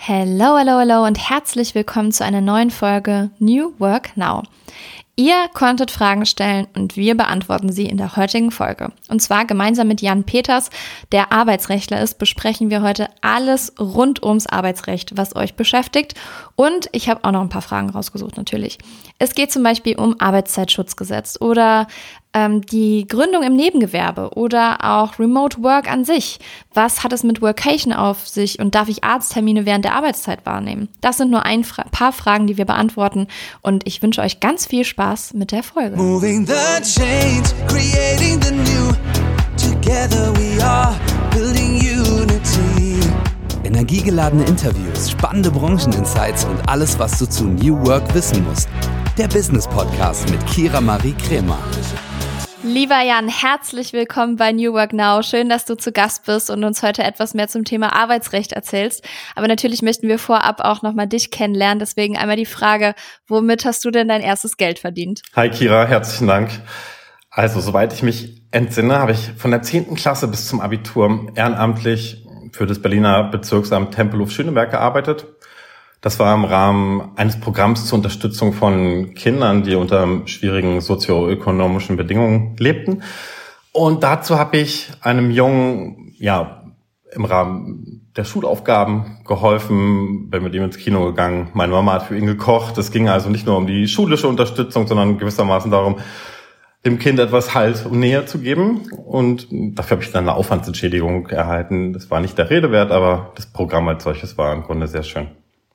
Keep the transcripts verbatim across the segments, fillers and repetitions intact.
Hello, hello, hello und herzlich willkommen zu einer neuen Folge New Work Now. Ihr konntet Fragen stellen und wir beantworten sie in der heutigen Folge. Und zwar gemeinsam mit Jan Peters, der Arbeitsrechtler ist, besprechen wir heute alles rund ums Arbeitsrecht, was euch beschäftigt. Und ich habe auch noch ein paar Fragen rausgesucht natürlich. Es geht zum Beispiel um Arbeitszeitschutzgesetz oder ähm, die Gründung im Nebengewerbe oder auch Remote Work an sich. Was hat es mit Workation auf sich und darf ich Arzttermine während der Arbeitszeit wahrnehmen? Das sind nur ein Fra- paar Fragen, die wir beantworten und ich wünsche euch ganz viel Spaß mit der Folge. Moving the change, creating the new. Together we are building unity. Energiegeladene Interviews, spannende Brancheninsights und alles, was du zu New Work wissen musst. Der Business Podcast mit Kira Marie Kremer. Lieber Jan, herzlich willkommen bei New Work Now. Schön, dass du zu Gast bist und uns heute etwas mehr zum Thema Arbeitsrecht erzählst. Aber natürlich möchten wir vorab auch nochmal dich kennenlernen. Deswegen einmal die Frage, womit hast du denn dein erstes Geld verdient? Hi Kira, herzlichen Dank. Also, soweit ich mich entsinne, habe ich von der zehnten Klasse bis zum Abitur ehrenamtlich für das Berliner Bezirksamt Tempelhof-Schöneberg gearbeitet. Das war im Rahmen eines Programms zur Unterstützung von Kindern, die unter schwierigen sozioökonomischen Bedingungen lebten. Und dazu habe ich einem Jungen, ja, im Rahmen der Schulaufgaben geholfen, bin mit ihm ins Kino gegangen. Meine Mama hat für ihn gekocht. Es ging also nicht nur um die schulische Unterstützung, sondern gewissermaßen darum, dem Kind etwas Halt und Nähe zu geben. Und dafür habe ich dann eine Aufwandsentschädigung erhalten. Das war nicht der Rede wert, aber das Programm als solches war im Grunde sehr schön.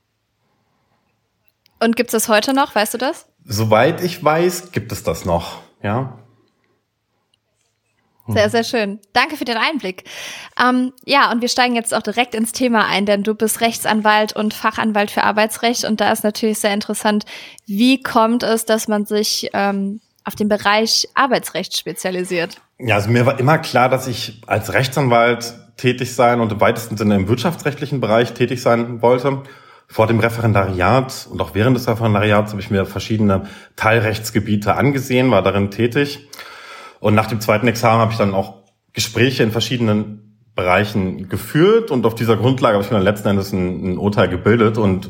Und gibt es das heute noch? Weißt du das? Soweit ich weiß, gibt es das noch, ja. Sehr, sehr schön. Danke für den Einblick. Ähm, ja, und wir steigen jetzt auch direkt ins Thema ein, denn du bist Rechtsanwalt und Fachanwalt für Arbeitsrecht. Und da ist natürlich sehr interessant, wie kommt es, dass man sich ähm, auf den Bereich Arbeitsrecht spezialisiert? Ja, also mir war immer klar, dass ich als Rechtsanwalt tätig sein und im weitesten Sinne im wirtschaftsrechtlichen Bereich tätig sein wollte. Vor dem Referendariat und auch während des Referendariats habe ich mir verschiedene Teilrechtsgebiete angesehen, war darin tätig. Und nach dem zweiten Examen habe ich dann auch Gespräche in verschiedenen Bereichen geführt. Und auf dieser Grundlage habe ich mir dann letzten Endes ein, ein Urteil gebildet. Und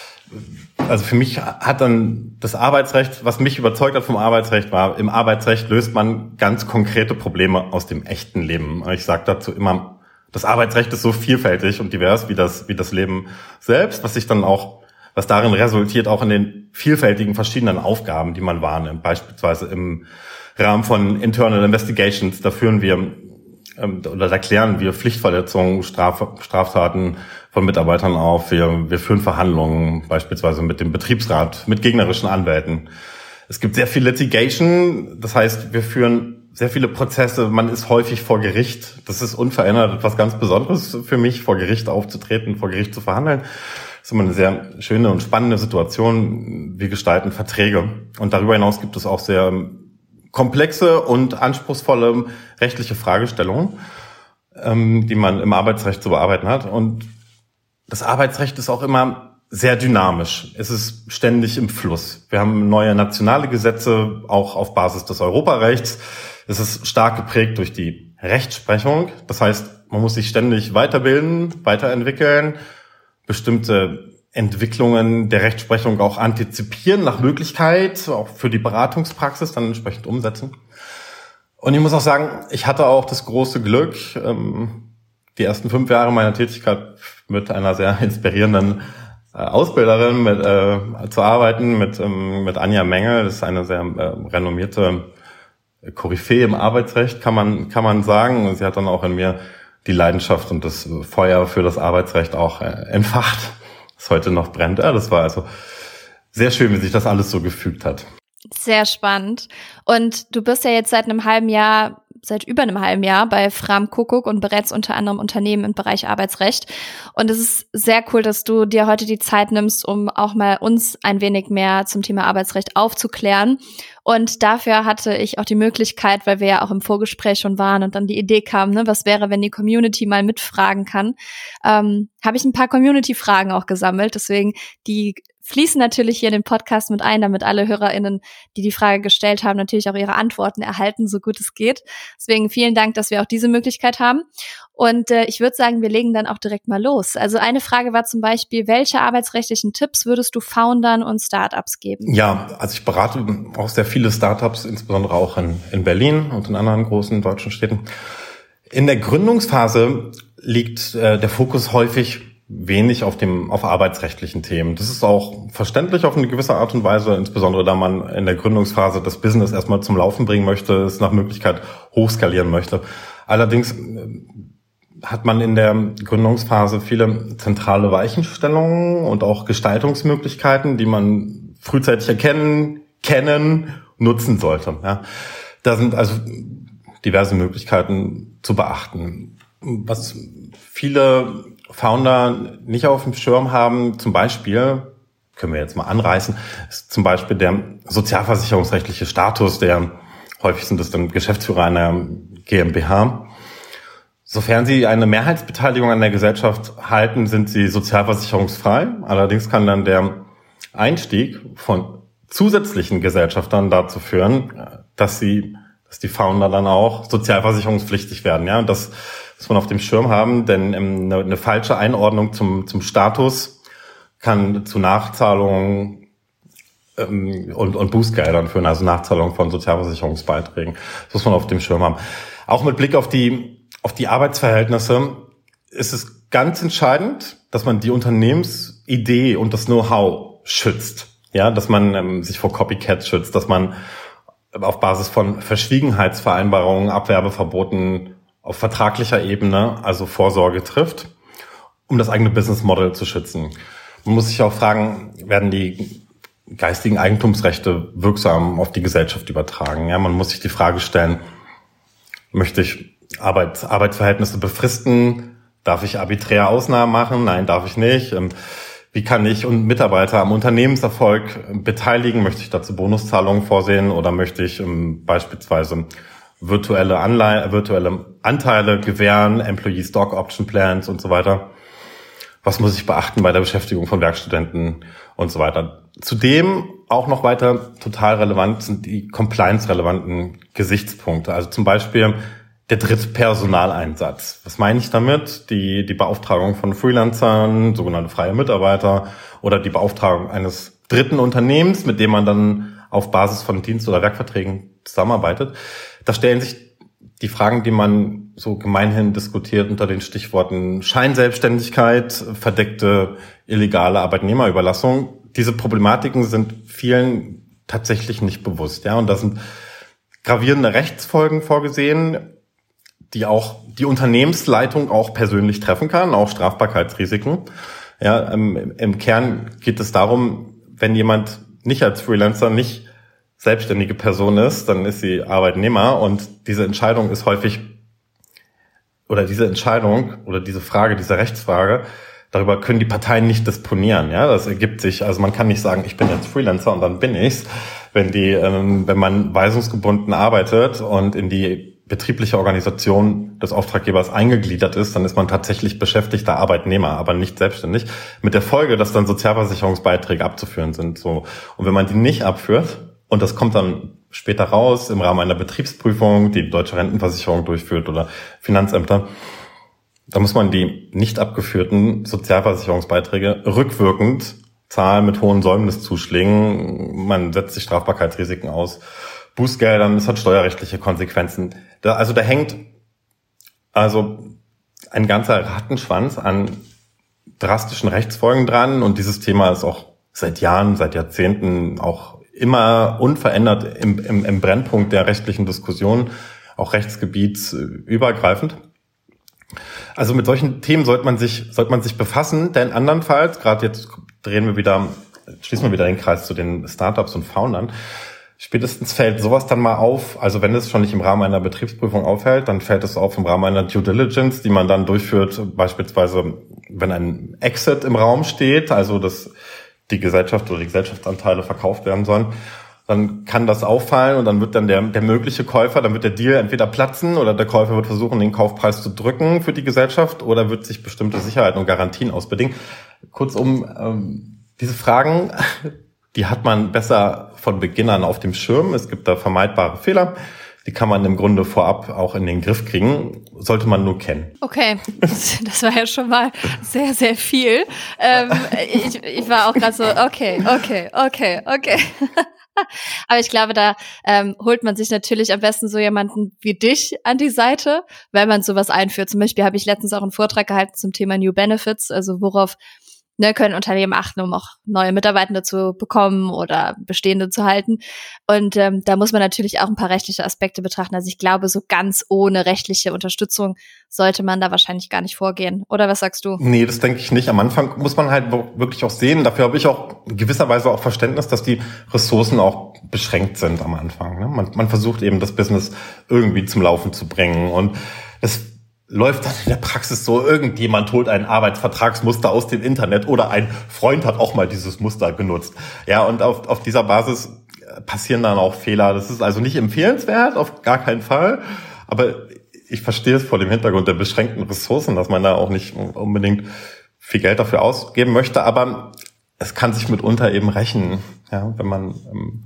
also für mich hat dann das Arbeitsrecht, was mich überzeugt hat vom Arbeitsrecht, war, im Arbeitsrecht löst man ganz konkrete Probleme aus dem echten Leben. Ich sage dazu immer, das Arbeitsrecht ist so vielfältig und divers wie das, wie das Leben selbst, was sich dann auch, was darin resultiert, auch in den vielfältigen verschiedenen Aufgaben, die man wahrnimmt. Beispielsweise im Rahmen von Internal Investigations, da führen wir, ähm, oder da klären wir Pflichtverletzungen, Straf, Straftaten von Mitarbeitern auf. Wir, wir führen Verhandlungen, beispielsweise mit dem Betriebsrat, mit gegnerischen Anwälten. Es gibt sehr viel Litigation, das heißt, wir führen sehr viele Prozesse, man ist häufig vor Gericht. Das ist unverändert etwas ganz Besonderes für mich, vor Gericht aufzutreten, vor Gericht zu verhandeln. Das ist immer eine sehr schöne und spannende Situation. Wir gestalten Verträge. Und darüber hinaus gibt es auch sehr komplexe und anspruchsvolle rechtliche Fragestellungen, die man im Arbeitsrecht zu bearbeiten hat. Und das Arbeitsrecht ist auch immer sehr dynamisch. Es ist ständig im Fluss. Wir haben neue nationale Gesetze, auch auf Basis des Europarechts. Es ist stark geprägt durch die Rechtsprechung. Das heißt, man muss sich ständig weiterbilden, weiterentwickeln, bestimmte Entwicklungen der Rechtsprechung auch antizipieren, nach Möglichkeit, auch für die Beratungspraxis dann entsprechend umsetzen. Und ich muss auch sagen, ich hatte auch das große Glück, die ersten fünf Jahre meiner Tätigkeit mit einer sehr inspirierenden Ausbilderin mit, äh, zu arbeiten, mit, ähm, mit Anja Mengel. Das ist eine sehr äh, renommierte Koryphäe im Arbeitsrecht, kann man, kann man sagen. Und sie hat dann auch in mir die Leidenschaft und das Feuer für das Arbeitsrecht auch äh, entfacht, das heute noch brennt. Ja, das war also sehr schön, wie sich das alles so gefügt hat. Sehr spannend. Und du bist ja jetzt seit einem halben Jahr, seit über einem halben Jahr bei Fram Kuckuck und berätst unter anderem Unternehmen im Bereich Arbeitsrecht. Und es ist sehr cool, dass du dir heute die Zeit nimmst, um auch mal uns ein wenig mehr zum Thema Arbeitsrecht aufzuklären. Und dafür hatte ich auch die Möglichkeit, weil wir ja auch im Vorgespräch schon waren und dann die Idee kam, ne, was wäre, wenn die Community mal mitfragen kann, ähm, habe ich ein paar Community-Fragen auch gesammelt. Deswegen die fließen natürlich hier in den Podcast mit ein, damit alle HörerInnen, die die Frage gestellt haben, natürlich auch ihre Antworten erhalten, so gut es geht. Deswegen vielen Dank, dass wir auch diese Möglichkeit haben. Und äh, ich würde sagen, wir legen dann auch direkt mal los. Also eine Frage war zum Beispiel, welche arbeitsrechtlichen Tipps würdest du Foundern und Startups geben? Ja, also ich berate auch sehr viele Startups, insbesondere auch in, in Berlin und in anderen großen deutschen Städten. In der Gründungsphase liegt äh, der Fokus häufig wenig auf dem auf arbeitsrechtlichen Themen. Das ist auch verständlich auf eine gewisse Art und Weise, insbesondere da man in der Gründungsphase das Business erstmal zum Laufen bringen möchte, es nach Möglichkeit hochskalieren möchte. Allerdings hat man in der Gründungsphase viele zentrale Weichenstellungen und auch Gestaltungsmöglichkeiten, die man frühzeitig erkennen, kennen, nutzen sollte. Ja, da sind also diverse Möglichkeiten zu beachten. Was viele Founder nicht auf dem Schirm haben, zum Beispiel, können wir jetzt mal anreißen, ist zum Beispiel der sozialversicherungsrechtliche Status, der häufig sind es dann Geschäftsführer einer GmbH. Sofern sie eine Mehrheitsbeteiligung an der Gesellschaft halten, sind sie sozialversicherungsfrei. Allerdings kann dann der Einstieg von zusätzlichen Gesellschaftern dazu führen, dass sie, dass die Founder dann auch sozialversicherungspflichtig werden. Ja, und das muss man auf dem Schirm haben, denn eine, eine falsche Einordnung zum, zum Status kann zu Nachzahlungen ähm, und, und Bußgeldern führen, also Nachzahlungen von Sozialversicherungsbeiträgen. Das muss man auf dem Schirm haben. Auch mit Blick auf die, auf die Arbeitsverhältnisse ist es ganz entscheidend, dass man die Unternehmensidee und das Know-how schützt. Ja, dass man ähm, sich vor Copycats schützt, dass man auf Basis von Verschwiegenheitsvereinbarungen, Abwerbeverboten auf vertraglicher Ebene, also Vorsorge trifft, um das eigene Business Model zu schützen. Man muss sich auch fragen, werden die geistigen Eigentumsrechte wirksam auf die Gesellschaft übertragen? Ja, man muss sich die Frage stellen, möchte ich Arbeit, Arbeitsverhältnisse befristen? Darf ich arbiträr Ausnahmen machen? Nein, darf ich nicht. Wie kann ich Mitarbeiter am Unternehmenserfolg beteiligen? Möchte ich dazu Bonuszahlungen vorsehen oder möchte ich beispielsweise virtuelle Anleihe, virtuelle Anteile gewähren, Employee Stock Option Plans und so weiter? Was muss ich beachten bei der Beschäftigung von Werkstudenten und so weiter? Zudem auch noch weiter total relevant sind die compliance-relevanten Gesichtspunkte. Also zum Beispiel der Drittpersonaleinsatz. Was meine ich damit? Die, die Beauftragung von Freelancern, sogenannte freie Mitarbeiter oder die Beauftragung eines dritten Unternehmens, mit dem man dann auf Basis von Dienst- oder Werkverträgen zusammenarbeitet. Da stellen sich die Fragen, die man so gemeinhin diskutiert unter den Stichworten Scheinselbstständigkeit, verdeckte illegale Arbeitnehmerüberlassung. Diese Problematiken sind vielen tatsächlich nicht bewusst. Ja, und da sind gravierende Rechtsfolgen vorgesehen, die auch die Unternehmensleitung auch persönlich treffen kann, auch Strafbarkeitsrisiken. Ja, im, im Kern geht es darum, wenn jemand nicht als Freelancer, nicht selbstständige Person ist, dann ist sie Arbeitnehmer und diese Entscheidung ist häufig, oder diese Entscheidung oder diese Frage, diese Rechtsfrage, darüber können die Parteien nicht disponieren. Ja, das ergibt sich, also man kann nicht sagen, ich bin jetzt Freelancer und dann bin ich's. Wenn die, ähm, wenn man weisungsgebunden arbeitet und in die betriebliche Organisation des Auftraggebers eingegliedert ist, dann ist man tatsächlich beschäftigter Arbeitnehmer, aber nicht selbstständig. Mit der Folge, dass dann Sozialversicherungsbeiträge abzuführen sind. So, und wenn man die nicht abführt, und das kommt dann später raus im Rahmen einer Betriebsprüfung, die die Deutsche Rentenversicherung durchführt oder Finanzämter, da muss man die nicht abgeführten Sozialversicherungsbeiträge rückwirkend zahlen mit hohen Säumniszuschlägen. Man setzt sich Strafbarkeitsrisiken aus, Bußgeldern, es hat steuerrechtliche Konsequenzen. Da, also da hängt also ein ganzer Rattenschwanz an drastischen Rechtsfolgen dran und dieses Thema ist auch seit Jahren, seit Jahrzehnten auch immer unverändert im, im, im Brennpunkt der rechtlichen Diskussion, auch rechtsgebietsübergreifend. Also mit solchen Themen sollte man sich, sollte man sich befassen, denn andernfalls, gerade jetzt drehen wir wieder, schließen wir wieder den Kreis zu den Startups und Foundern, spätestens fällt sowas dann mal auf, also wenn es schon nicht im Rahmen einer Betriebsprüfung auffällt, dann fällt es auf im Rahmen einer Due Diligence, die man dann durchführt, beispielsweise wenn ein Exit im Raum steht, also dass die Gesellschaft oder die Gesellschaftsanteile verkauft werden sollen, dann kann das auffallen und dann wird dann der, der mögliche Käufer, dann wird der Deal entweder platzen oder der Käufer wird versuchen, den Kaufpreis zu drücken für die Gesellschaft oder wird sich bestimmte Sicherheiten und Garantien ausbedingen. Kurzum, ähm, Diese Fragen, die hat man besser von Beginn an auf dem Schirm. Es gibt da vermeidbare Fehler. Die kann man im Grunde vorab auch in den Griff kriegen, sollte man nur kennen. Okay, das war ja schon mal sehr, sehr viel. Ähm, ich, ich war auch gerade so, okay, okay, okay, okay. Aber ich glaube, da ähm, holt man sich natürlich am besten so jemanden wie dich an die Seite, wenn man sowas einführt. Zum Beispiel habe ich letztens auch einen Vortrag gehalten zum Thema New Benefits, also worauf ne, können Unternehmen achten, um auch neue Mitarbeitende zu bekommen oder bestehende zu halten. Und ähm, da muss man natürlich auch ein paar rechtliche Aspekte betrachten. Also ich glaube, so ganz ohne rechtliche Unterstützung sollte man da wahrscheinlich gar nicht vorgehen. Oder was sagst du? Nee, das denke ich nicht. Am Anfang muss man halt wirklich auch sehen. Dafür habe ich auch in gewisser Weise auch Verständnis, dass die Ressourcen auch beschränkt sind am Anfang. Ne? Man, man versucht eben das Business irgendwie zum Laufen zu bringen. Und das läuft dann in der Praxis so, irgendjemand holt ein Arbeitsvertragsmuster aus dem Internet oder ein Freund hat auch mal dieses Muster genutzt. Ja, und auf, auf dieser Basis passieren dann auch Fehler. Das ist also nicht empfehlenswert, auf gar keinen Fall. Aber ich verstehe es vor dem Hintergrund der beschränkten Ressourcen, dass man da auch nicht unbedingt viel Geld dafür ausgeben möchte. Aber es kann sich mitunter eben rächen, ja, wenn man ähm,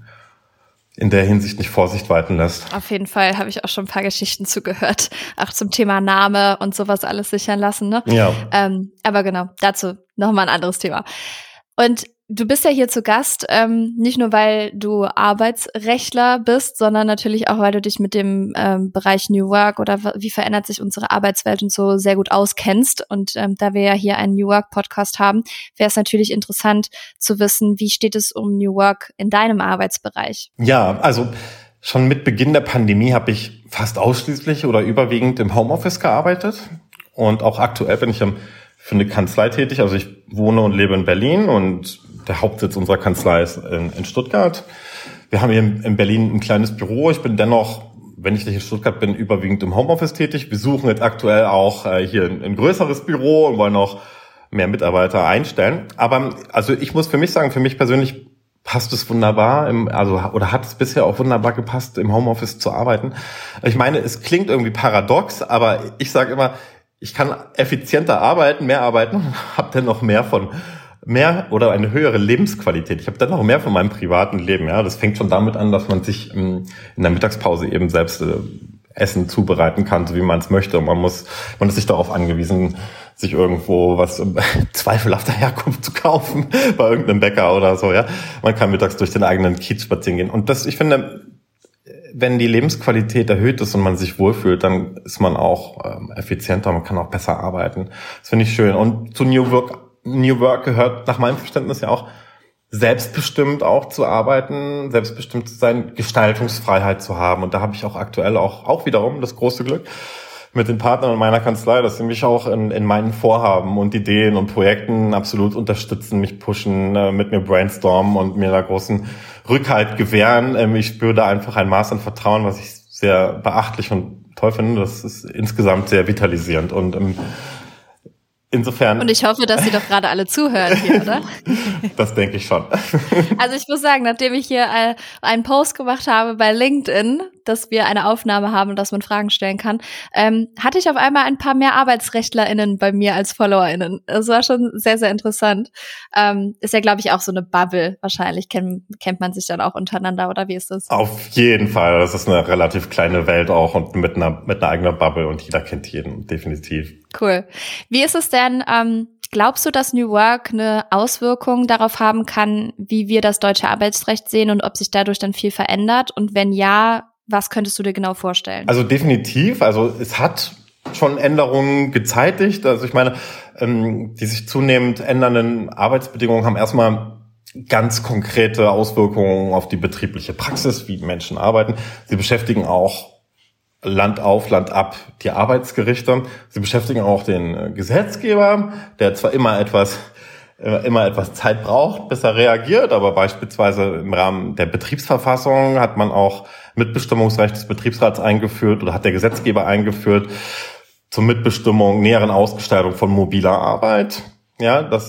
in der Hinsicht nicht Vorsicht walten lässt. Auf jeden Fall habe ich auch schon ein paar Geschichten zugehört, auch zum Thema Name und sowas alles sichern lassen, ne? Ja. Ähm, aber genau, dazu nochmal ein anderes Thema. Und du bist ja hier zu Gast, ähm, nicht nur, weil du Arbeitsrechtler bist, sondern natürlich auch, weil du dich mit dem ähm, Bereich New Work oder wie verändert sich unsere Arbeitswelt und so sehr gut auskennst. Und ähm, da wir ja hier einen New Work Podcast haben, wäre es natürlich interessant zu wissen, wie steht es um New Work in deinem Arbeitsbereich? Ja, also schon mit Beginn der Pandemie habe ich fast ausschließlich oder überwiegend im Homeoffice gearbeitet. Und auch aktuell bin ich im für eine Kanzlei tätig. Also ich wohne und lebe in Berlin und der Hauptsitz unserer Kanzlei ist in, in Stuttgart. Wir haben hier in Berlin ein kleines Büro. Ich bin dennoch, wenn ich nicht in Stuttgart bin, überwiegend im Homeoffice tätig. Wir suchen jetzt aktuell auch äh, hier ein, ein größeres Büro und wollen auch mehr Mitarbeiter einstellen. Aber also ich muss für mich sagen, für mich persönlich passt es wunderbar, im, also oder hat es bisher auch wunderbar gepasst, im Homeoffice zu arbeiten. Ich meine, es klingt irgendwie paradox, aber ich sage immer, ich kann effizienter arbeiten, mehr arbeiten, habe dann noch mehr von mehr oder eine höhere Lebensqualität. Ich habe dann noch mehr von meinem privaten Leben. Ja, das fängt schon damit an, dass man sich in der Mittagspause eben selbst äh, Essen zubereiten kann, so wie man es möchte. Und man muss, man ist nicht darauf angewiesen, sich irgendwo was zweifelhafter Herkunft zu kaufen bei irgendeinem Bäcker oder so. Ja, man kann mittags durch den eigenen Kiez spazieren gehen. Und das, ich finde, wenn die Lebensqualität erhöht ist und man sich wohlfühlt, dann ist man auch ähm, effizienter, man kann auch besser arbeiten. Das finde ich schön. Und zu New Work, New Work gehört nach meinem Verständnis ja auch, selbstbestimmt auch zu arbeiten, selbstbestimmt zu sein, Gestaltungsfreiheit zu haben. Und da habe ich auch aktuell auch, auch wiederum das große Glück mit den Partnern in meiner Kanzlei, dass sie mich auch in, in meinen Vorhaben und Ideen und Projekten absolut unterstützen, mich pushen, äh, mit mir brainstormen und mir da großen Rückhalt gewähren. Ähm, ich spüre da einfach ein Maß an Vertrauen, was ich sehr beachtlich und toll finde. Das ist insgesamt sehr vitalisierend und ähm, insofern. Und ich hoffe, dass Sie doch gerade alle zuhören hier, oder? Das denke ich schon. Also ich muss sagen, nachdem ich hier äh, einen Post gemacht habe bei LinkedIn, dass wir eine Aufnahme haben und dass man Fragen stellen kann, ähm, hatte ich auf einmal ein paar mehr ArbeitsrechtlerInnen bei mir als FollowerInnen. Das war schon sehr, sehr interessant. Ähm, ist ja, glaube ich, auch so eine Bubble. Wahrscheinlich kennt, kennt man sich dann auch untereinander, oder wie ist das? Auf jeden Fall. Das ist eine relativ kleine Welt auch und mit einer, mit einer eigenen Bubble und jeder kennt jeden, definitiv. Cool. Wie ist es denn, ähm, glaubst du, dass New Work eine Auswirkung darauf haben kann, wie wir das deutsche Arbeitsrecht sehen und ob sich dadurch dann viel verändert? Und wenn ja, was könntest du dir genau vorstellen? Also definitiv. Also es hat schon Änderungen gezeitigt. Also ich meine, ähm, die sich zunehmend ändernden Arbeitsbedingungen haben erstmal ganz konkrete Auswirkungen auf die betriebliche Praxis, wie Menschen arbeiten. Sie beschäftigen auch Land auf, Land ab die Arbeitsgerichte. Sie beschäftigen auch den Gesetzgeber, der zwar immer etwas immer etwas Zeit braucht, bis er reagiert, aber beispielsweise im Rahmen der Betriebsverfassung hat man auch Mitbestimmungsrecht des Betriebsrats eingeführt oder hat der Gesetzgeber eingeführt zur Mitbestimmung, näheren Ausgestaltung von mobiler Arbeit. Ja, das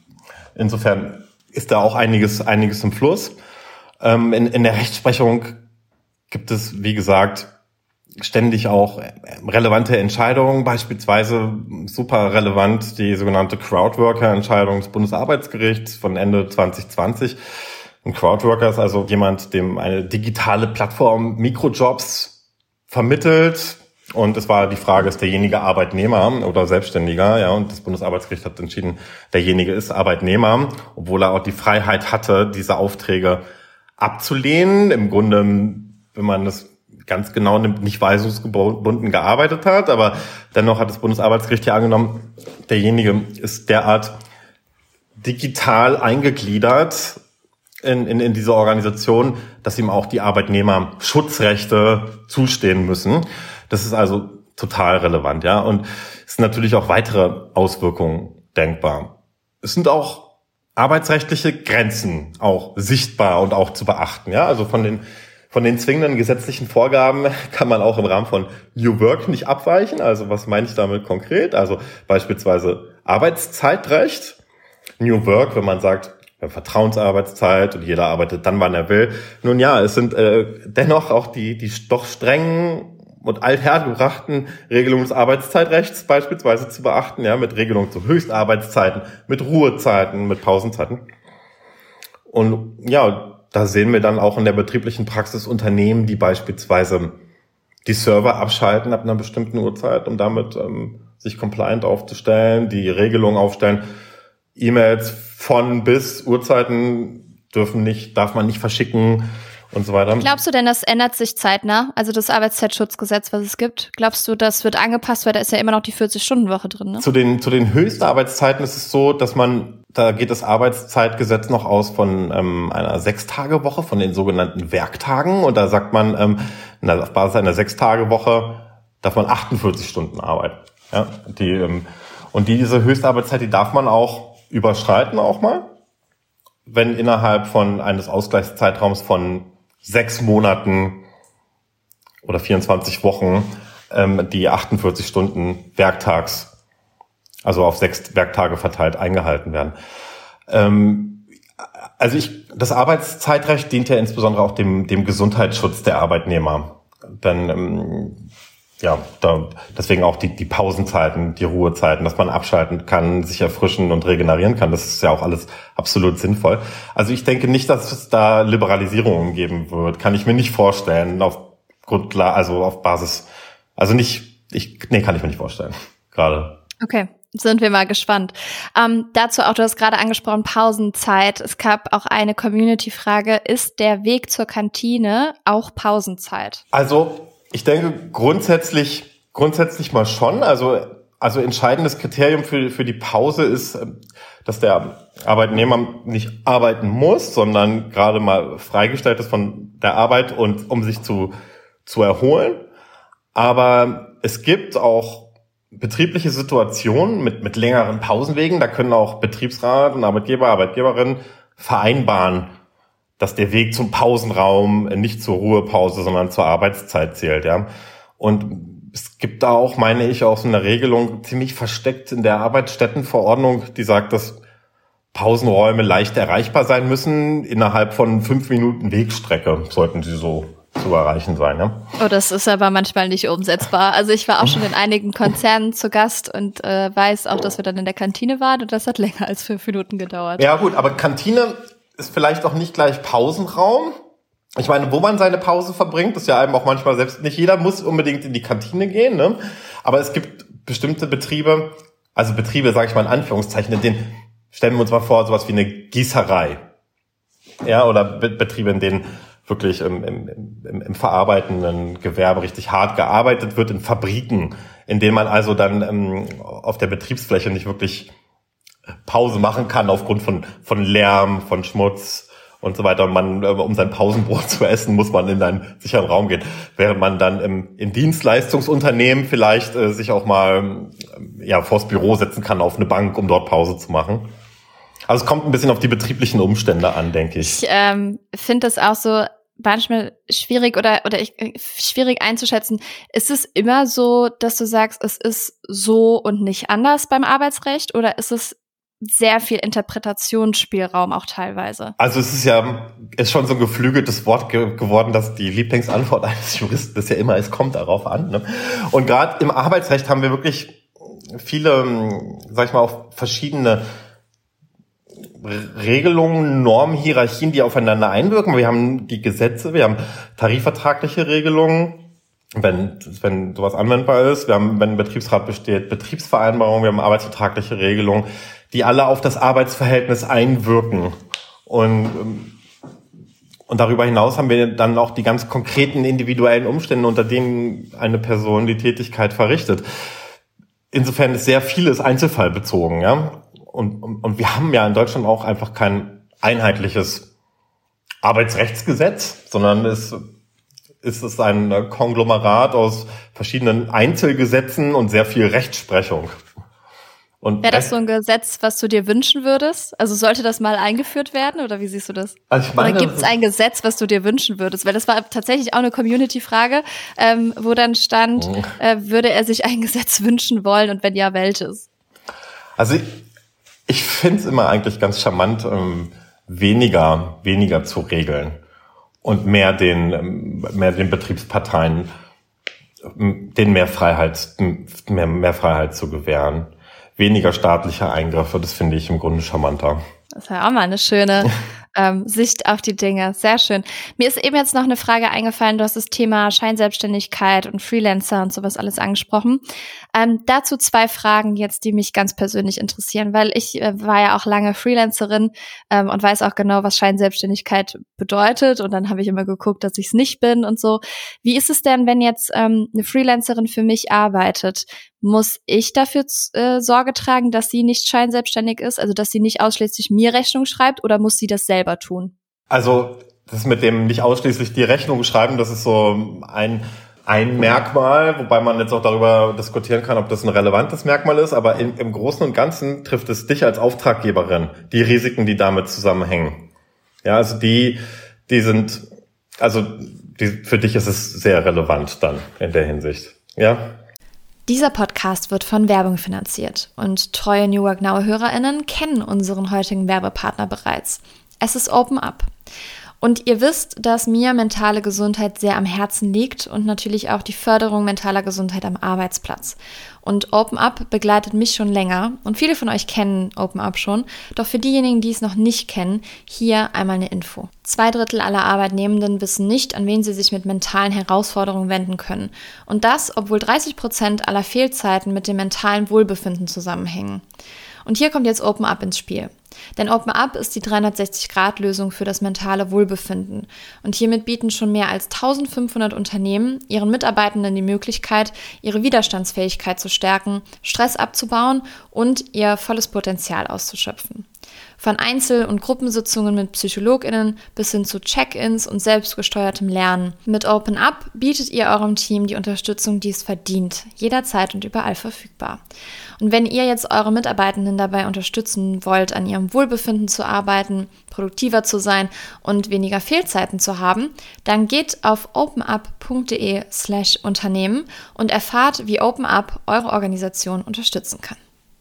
insofern ist da auch einiges einiges im Fluss. In, in der Rechtsprechung gibt es, wie gesagt, ständig auch relevante Entscheidungen, beispielsweise super relevant die sogenannte Crowdworker-Entscheidung des Bundesarbeitsgerichts von Ende zwanzig zwanzig. Ein Crowdworker ist also jemand, dem eine digitale Plattform Mikrojobs vermittelt. Und es war die Frage, ist derjenige Arbeitnehmer oder Selbstständiger? Ja, und das Bundesarbeitsgericht hat entschieden, derjenige ist Arbeitnehmer, obwohl er auch die Freiheit hatte, diese Aufträge abzulehnen. Im Grunde, wenn man das ganz genau nimmt, nicht weisungsgebunden gearbeitet hat. Aber dennoch hat das Bundesarbeitsgericht hier angenommen, derjenige ist derart digital eingegliedert in, in, in diese Organisation, dass ihm auch die Arbeitnehmerschutzrechte zustehen müssen. Das ist also total relevant, ja. Und es sind natürlich auch weitere Auswirkungen denkbar. Es sind auch arbeitsrechtliche Grenzen auch sichtbar und auch zu beachten, ja. Also von den, von den zwingenden gesetzlichen Vorgaben kann man auch im Rahmen von New Work nicht abweichen. Also was meine ich damit konkret? Also beispielsweise Arbeitszeitrecht. New Work, wenn man sagt, wir haben Vertrauensarbeitszeit und jeder arbeitet dann, wann er will. Nun ja, es sind äh, dennoch auch die, die doch strengen und althergebrachten Regelungen des Arbeitszeitrechts beispielsweise zu beachten, ja, mit Regelungen zu Höchstarbeitszeiten, mit Ruhezeiten, mit Pausenzeiten. Und ja, da sehen wir dann auch in der betrieblichen Praxis Unternehmen, die beispielsweise die Server abschalten ab einer bestimmten Uhrzeit, um damit ähm, sich compliant aufzustellen, die Regelungen aufstellen. E-Mails von bis Uhrzeiten dürfen nicht, darf man nicht verschicken und so weiter. Glaubst du denn, das ändert sich zeitnah? Also das Arbeitszeitschutzgesetz, was es gibt, glaubst du, das wird angepasst, weil da ist ja immer noch die vierzig-Stunden-Woche drin, ne? Zu den, zu den Höchstarbeitszeiten ist es so, dass man, da geht das Arbeitszeitgesetz noch aus von ähm, einer Sechstagewoche, von den sogenannten Werktagen. Und da sagt man, ähm, na, auf Basis einer Sechstagewoche darf man achtundvierzig Stunden arbeiten. Ja, die, ähm, und diese Höchstarbeitszeit, die darf man auch überschreiten auch mal, wenn innerhalb von eines Ausgleichszeitraums von sechs Monaten oder vierundzwanzig Wochen ähm, die achtundvierzig Stunden werktags, also auf sechs Werktage verteilt, eingehalten werden. Ähm, also ich, das Arbeitszeitrecht dient ja insbesondere auch dem, dem Gesundheitsschutz der Arbeitnehmer. Denn ähm, ja, da, deswegen auch die, die Pausenzeiten, die Ruhezeiten, dass man abschalten kann, sich erfrischen und regenerieren kann. Das ist ja auch alles absolut sinnvoll. Also ich denke nicht, dass es da Liberalisierungen geben wird. Kann ich mir nicht vorstellen, auf Grundlage, also auf Basis, also nicht, ich, nee, kann ich mir nicht vorstellen, gerade. Okay. Sind wir mal gespannt. Ähm, dazu auch, du hast gerade angesprochen, Pausenzeit. Es gab auch eine Community-Frage. Ist der Weg zur Kantine auch Pausenzeit? Also, ich denke grundsätzlich, grundsätzlich mal schon. Also, also entscheidendes Kriterium für, für die Pause ist, dass der Arbeitnehmer nicht arbeiten muss, sondern gerade mal freigestellt ist von der Arbeit und um sich zu, zu erholen. Aber es gibt auch betriebliche Situationen mit, mit längeren Pausenwegen. Da können auch Betriebsrat und Arbeitgeber, Arbeitgeberin vereinbaren, dass der Weg zum Pausenraum nicht zur Ruhepause, sondern zur Arbeitszeit zählt, ja. Und es gibt da auch, meine ich, auch so eine Regelung ziemlich versteckt in der Arbeitsstättenverordnung, die sagt, dass Pausenräume leicht erreichbar sein müssen. Innerhalb von fünf Minuten Wegstrecke sollten sie so zu erreichen sein, ja. Oh, das ist aber manchmal nicht umsetzbar. Also ich war auch schon in einigen Konzernen zu Gast und äh, weiß auch, dass wir dann in der Kantine waren und das hat länger als fünf Minuten gedauert. Ja gut, aber Kantine ist vielleicht auch nicht gleich Pausenraum. Ich meine, wo man seine Pause verbringt, ist ja eben auch manchmal selbst, nicht jeder muss unbedingt in die Kantine gehen, ne? Aber es gibt bestimmte Betriebe, also Betriebe, sage ich mal in Anführungszeichen, in denen, stellen wir uns mal vor, sowas wie eine Gießerei. Ja, oder Be- Betriebe, in denen wirklich im, im, im, im verarbeitenden Gewerbe richtig hart gearbeitet wird, in Fabriken, in denen man also dann ähm, auf der Betriebsfläche nicht wirklich Pause machen kann aufgrund von von Lärm, von Schmutz und so weiter. Und man, um sein Pausenbrot zu essen, muss man in einen sicheren Raum gehen. Während man dann im, in Dienstleistungsunternehmen vielleicht äh, sich auch mal äh, ja vors Büro setzen kann, auf eine Bank, um dort Pause zu machen. Also es kommt ein bisschen auf die betrieblichen Umstände an, denke ich. Ich ähm, finde das auch so manchmal schwierig oder oder ich, schwierig einzuschätzen. Ist es immer so, dass du sagst, es ist so und nicht anders beim Arbeitsrecht, oder ist es sehr viel Interpretationsspielraum auch teilweise. Also es ist ja ist schon so ein geflügeltes Wort ge- geworden, dass die Lieblingsantwort eines Juristen ist ja immer, es kommt darauf an. Ne? Und gerade im Arbeitsrecht haben wir wirklich viele, sag ich mal, auch verschiedene Regelungen, Normen, Hierarchien, die aufeinander einwirken. Wir haben die Gesetze, wir haben tarifvertragliche Regelungen, wenn wenn sowas anwendbar ist. Wir haben, wenn ein Betriebsrat besteht, Betriebsvereinbarungen, wir haben arbeitsvertragliche Regelungen, die alle auf das Arbeitsverhältnis einwirken. Und und darüber hinaus haben wir dann auch die ganz konkreten individuellen Umstände, unter denen eine Person die Tätigkeit verrichtet. Insofern ist sehr vieles einzelfallbezogen, ja. Und, und, und wir haben ja in Deutschland auch einfach kein einheitliches Arbeitsrechtsgesetz, sondern es ist es ein Konglomerat aus verschiedenen Einzelgesetzen und sehr viel Rechtsprechung. Wäre das so ein Gesetz, was du dir wünschen würdest? Also sollte das mal eingeführt werden oder wie siehst du das? Also ich meine, oder gibt es ein Gesetz, was du dir wünschen würdest? Weil das war tatsächlich auch eine Community-Frage, ähm, wo dann stand, oh. äh, würde er sich ein Gesetz wünschen wollen und wenn ja, welches? Also ich, ich finde es immer eigentlich ganz charmant, ähm, weniger weniger zu regeln und mehr den ähm, mehr den Betriebsparteien ähm, den mehr Freiheit mehr mehr Freiheit zu gewähren. Weniger staatliche Eingriffe, das finde ich im Grunde charmanter. Das ist ja auch mal eine schöne ähm, Sicht auf die Dinge. Sehr schön. Mir ist eben jetzt noch eine Frage eingefallen. Du hast das Thema Scheinselbstständigkeit und Freelancer und sowas alles angesprochen. Ähm, dazu zwei Fragen jetzt, die mich ganz persönlich interessieren, weil ich äh, war ja auch lange Freelancerin ähm, und weiß auch genau, was Scheinselbstständigkeit bedeutet. Und dann habe ich immer geguckt, dass ich es nicht bin und so. Wie ist es denn, wenn jetzt ähm, eine Freelancerin für mich arbeitet? Muss ich dafür äh, Sorge tragen, dass sie nicht scheinselbstständig ist, also dass sie nicht ausschließlich mir Rechnung schreibt, oder muss sie das selber tun? Also das mit dem nicht ausschließlich die Rechnung schreiben, das ist so ein ein Merkmal, wobei man jetzt auch darüber diskutieren kann, ob das ein relevantes Merkmal ist, aber in, im Großen und Ganzen trifft es dich als Auftraggeberin, die Risiken, die damit zusammenhängen. Ja, also die die sind, also die, für dich ist es sehr relevant dann in der Hinsicht. Ja. Dieser Podcast wird von Werbung finanziert und treue New Work Now HörerInnen kennen unseren heutigen Werbepartner bereits. Es ist OpenUp. Und ihr wisst, dass mir mentale Gesundheit sehr am Herzen liegt und natürlich auch die Förderung mentaler Gesundheit am Arbeitsplatz. Und OpenUp begleitet mich schon länger und viele von euch kennen OpenUp schon. Doch für diejenigen, die es noch nicht kennen, hier einmal eine Info. Zwei Drittel aller Arbeitnehmenden wissen nicht, an wen sie sich mit mentalen Herausforderungen wenden können. Und das, obwohl dreißig Prozent aller Fehlzeiten mit dem mentalen Wohlbefinden zusammenhängen. Und hier kommt jetzt OpenUp ins Spiel. Denn OpenUp ist die dreihundertsechzig Grad Lösung für das mentale Wohlbefinden. Und hiermit bieten schon mehr als eintausendfünfhundert Unternehmen ihren Mitarbeitenden die Möglichkeit, ihre Widerstandsfähigkeit zu stärken, Stress abzubauen und ihr volles Potenzial auszuschöpfen. Von Einzel- und Gruppensitzungen mit PsychologInnen bis hin zu Check-ins und selbstgesteuertem Lernen. Mit OpenUp bietet ihr eurem Team die Unterstützung, die es verdient, jederzeit und überall verfügbar. Und wenn ihr jetzt eure Mitarbeitenden dabei unterstützen wollt, an ihrem Wohlbefinden zu arbeiten, produktiver zu sein und weniger Fehlzeiten zu haben, dann geht auf openup.de slash Unternehmen und erfahrt, wie OpenUp eure Organisation unterstützen kann.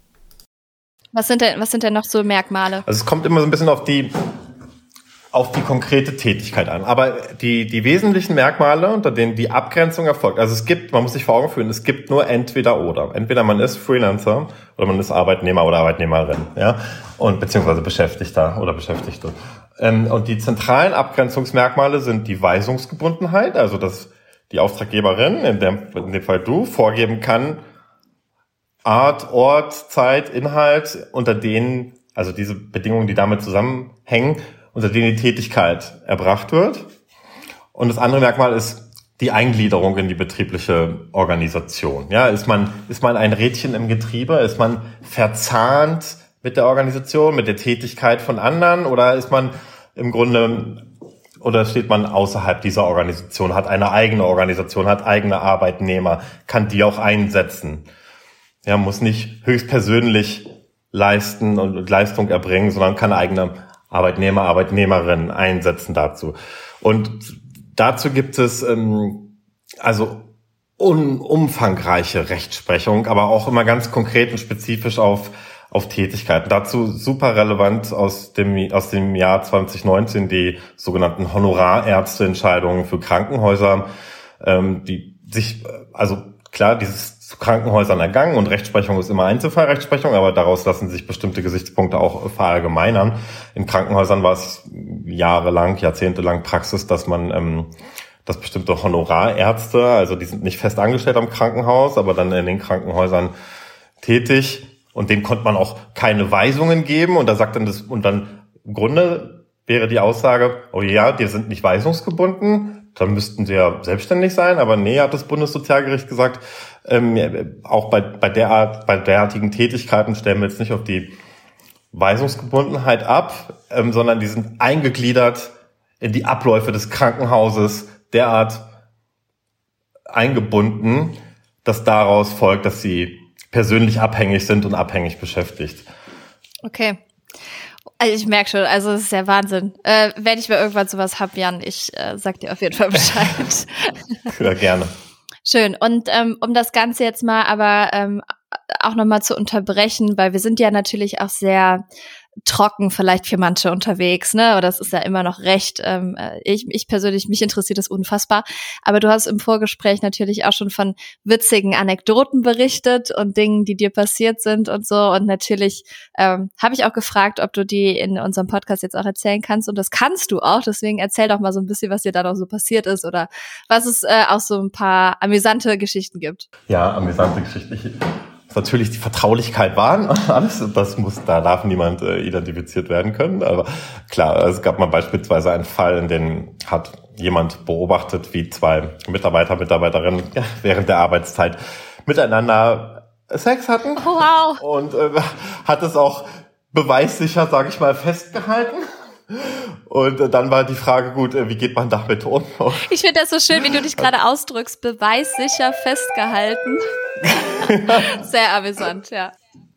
Was sind denn, was sind denn noch so Merkmale? Also es kommt immer so ein bisschen auf die auf die konkrete Tätigkeit an. Aber die die wesentlichen Merkmale, unter denen die Abgrenzung erfolgt, also es gibt, man muss sich vor Augen führen, es gibt nur entweder oder. Entweder man ist Freelancer oder man ist Arbeitnehmer oder Arbeitnehmerin, ja, und beziehungsweise Beschäftigter oder Beschäftigte. Und die zentralen Abgrenzungsmerkmale sind die Weisungsgebundenheit, also dass die Auftraggeberin, in dem, in dem Fall du, vorgeben kann, Art, Ort, Zeit, Inhalt, unter denen, also diese Bedingungen, die damit zusammenhängen, unter denen die Tätigkeit erbracht wird. Und das andere Merkmal ist die Eingliederung in die betriebliche Organisation. Ja, ist man, ist man ein Rädchen im Getriebe? Ist man verzahnt mit der Organisation, mit der Tätigkeit von anderen? Oder ist man im Grunde, oder steht man außerhalb dieser Organisation, hat eine eigene Organisation, hat eigene Arbeitnehmer, kann die auch einsetzen? Ja, muss nicht höchstpersönlich leisten und Leistung erbringen, sondern kann eigene Arbeitnehmer, Arbeitnehmerinnen einsetzen dazu. Und dazu gibt es ähm, also un- umfangreiche Rechtsprechung, aber auch immer ganz konkret und spezifisch auf auf Tätigkeiten. Dazu super relevant aus dem, aus dem Jahr zwanzig neunzehn die sogenannten Honorarärzteentscheidungen für Krankenhäuser, ähm, die sich, also klar, dieses zu Krankenhäusern ergangen und Rechtsprechung ist immer Einzelfallrechtsprechung, aber daraus lassen sich bestimmte Gesichtspunkte auch verallgemeinern. In Krankenhäusern war es jahrelang, jahrzehntelang Praxis, dass man, ähm, dass bestimmte Honorarärzte, also die sind nicht fest angestellt am Krankenhaus, aber dann in den Krankenhäusern tätig und denen konnte man auch keine Weisungen geben und da sagt dann das, und dann im Grunde wäre die Aussage, oh ja, die sind nicht weisungsgebunden, dann müssten sie ja selbstständig sein, aber nee, hat das Bundessozialgericht gesagt, ähm, auch bei, bei derart, bei derartigen Tätigkeiten stellen wir jetzt nicht auf die Weisungsgebundenheit ab, ähm, sondern die sind eingegliedert in die Abläufe des Krankenhauses derart eingebunden, dass daraus folgt, dass sie persönlich abhängig sind und abhängig beschäftigt. Okay. Also ich merke schon, also es ist ja Wahnsinn. Äh, wenn ich mal irgendwann sowas hab, Jan, ich äh, sag dir auf jeden Fall Bescheid. Ja, gerne. Schön. Und ähm, um das Ganze jetzt mal aber ähm, auch nochmal zu unterbrechen, weil wir sind ja natürlich auch sehr trocken vielleicht für manche unterwegs, ne? Aber das ist ja immer noch recht. Ähm, ich, ich persönlich, mich interessiert das unfassbar. Aber du hast im Vorgespräch natürlich auch schon von witzigen Anekdoten berichtet und Dingen, die dir passiert sind und so. Und natürlich ähm, habe ich auch gefragt, ob du die in unserem Podcast jetzt auch erzählen kannst. Und das kannst du auch. Deswegen erzähl doch mal so ein bisschen, was dir da noch so passiert ist oder was es äh, auch so ein paar amüsante Geschichten gibt. Ja, amüsante Geschichten. Ich natürlich die Vertraulichkeit wahren und alles, das muss, da darf niemand äh, identifiziert werden können. Aber klar, es gab mal beispielsweise einen Fall, in dem hat jemand beobachtet, wie zwei Mitarbeiter, Mitarbeiterinnen ja, während der Arbeitszeit miteinander Sex hatten. Oh, wow. Und äh, hat es auch beweissicher, sage ich mal, festgehalten. Und äh, dann war die Frage, gut, äh, wie geht man damit um? Ich finde das so schön, wie du dich gerade ausdrückst, beweissicher festgehalten. Sehr amüsant, ja.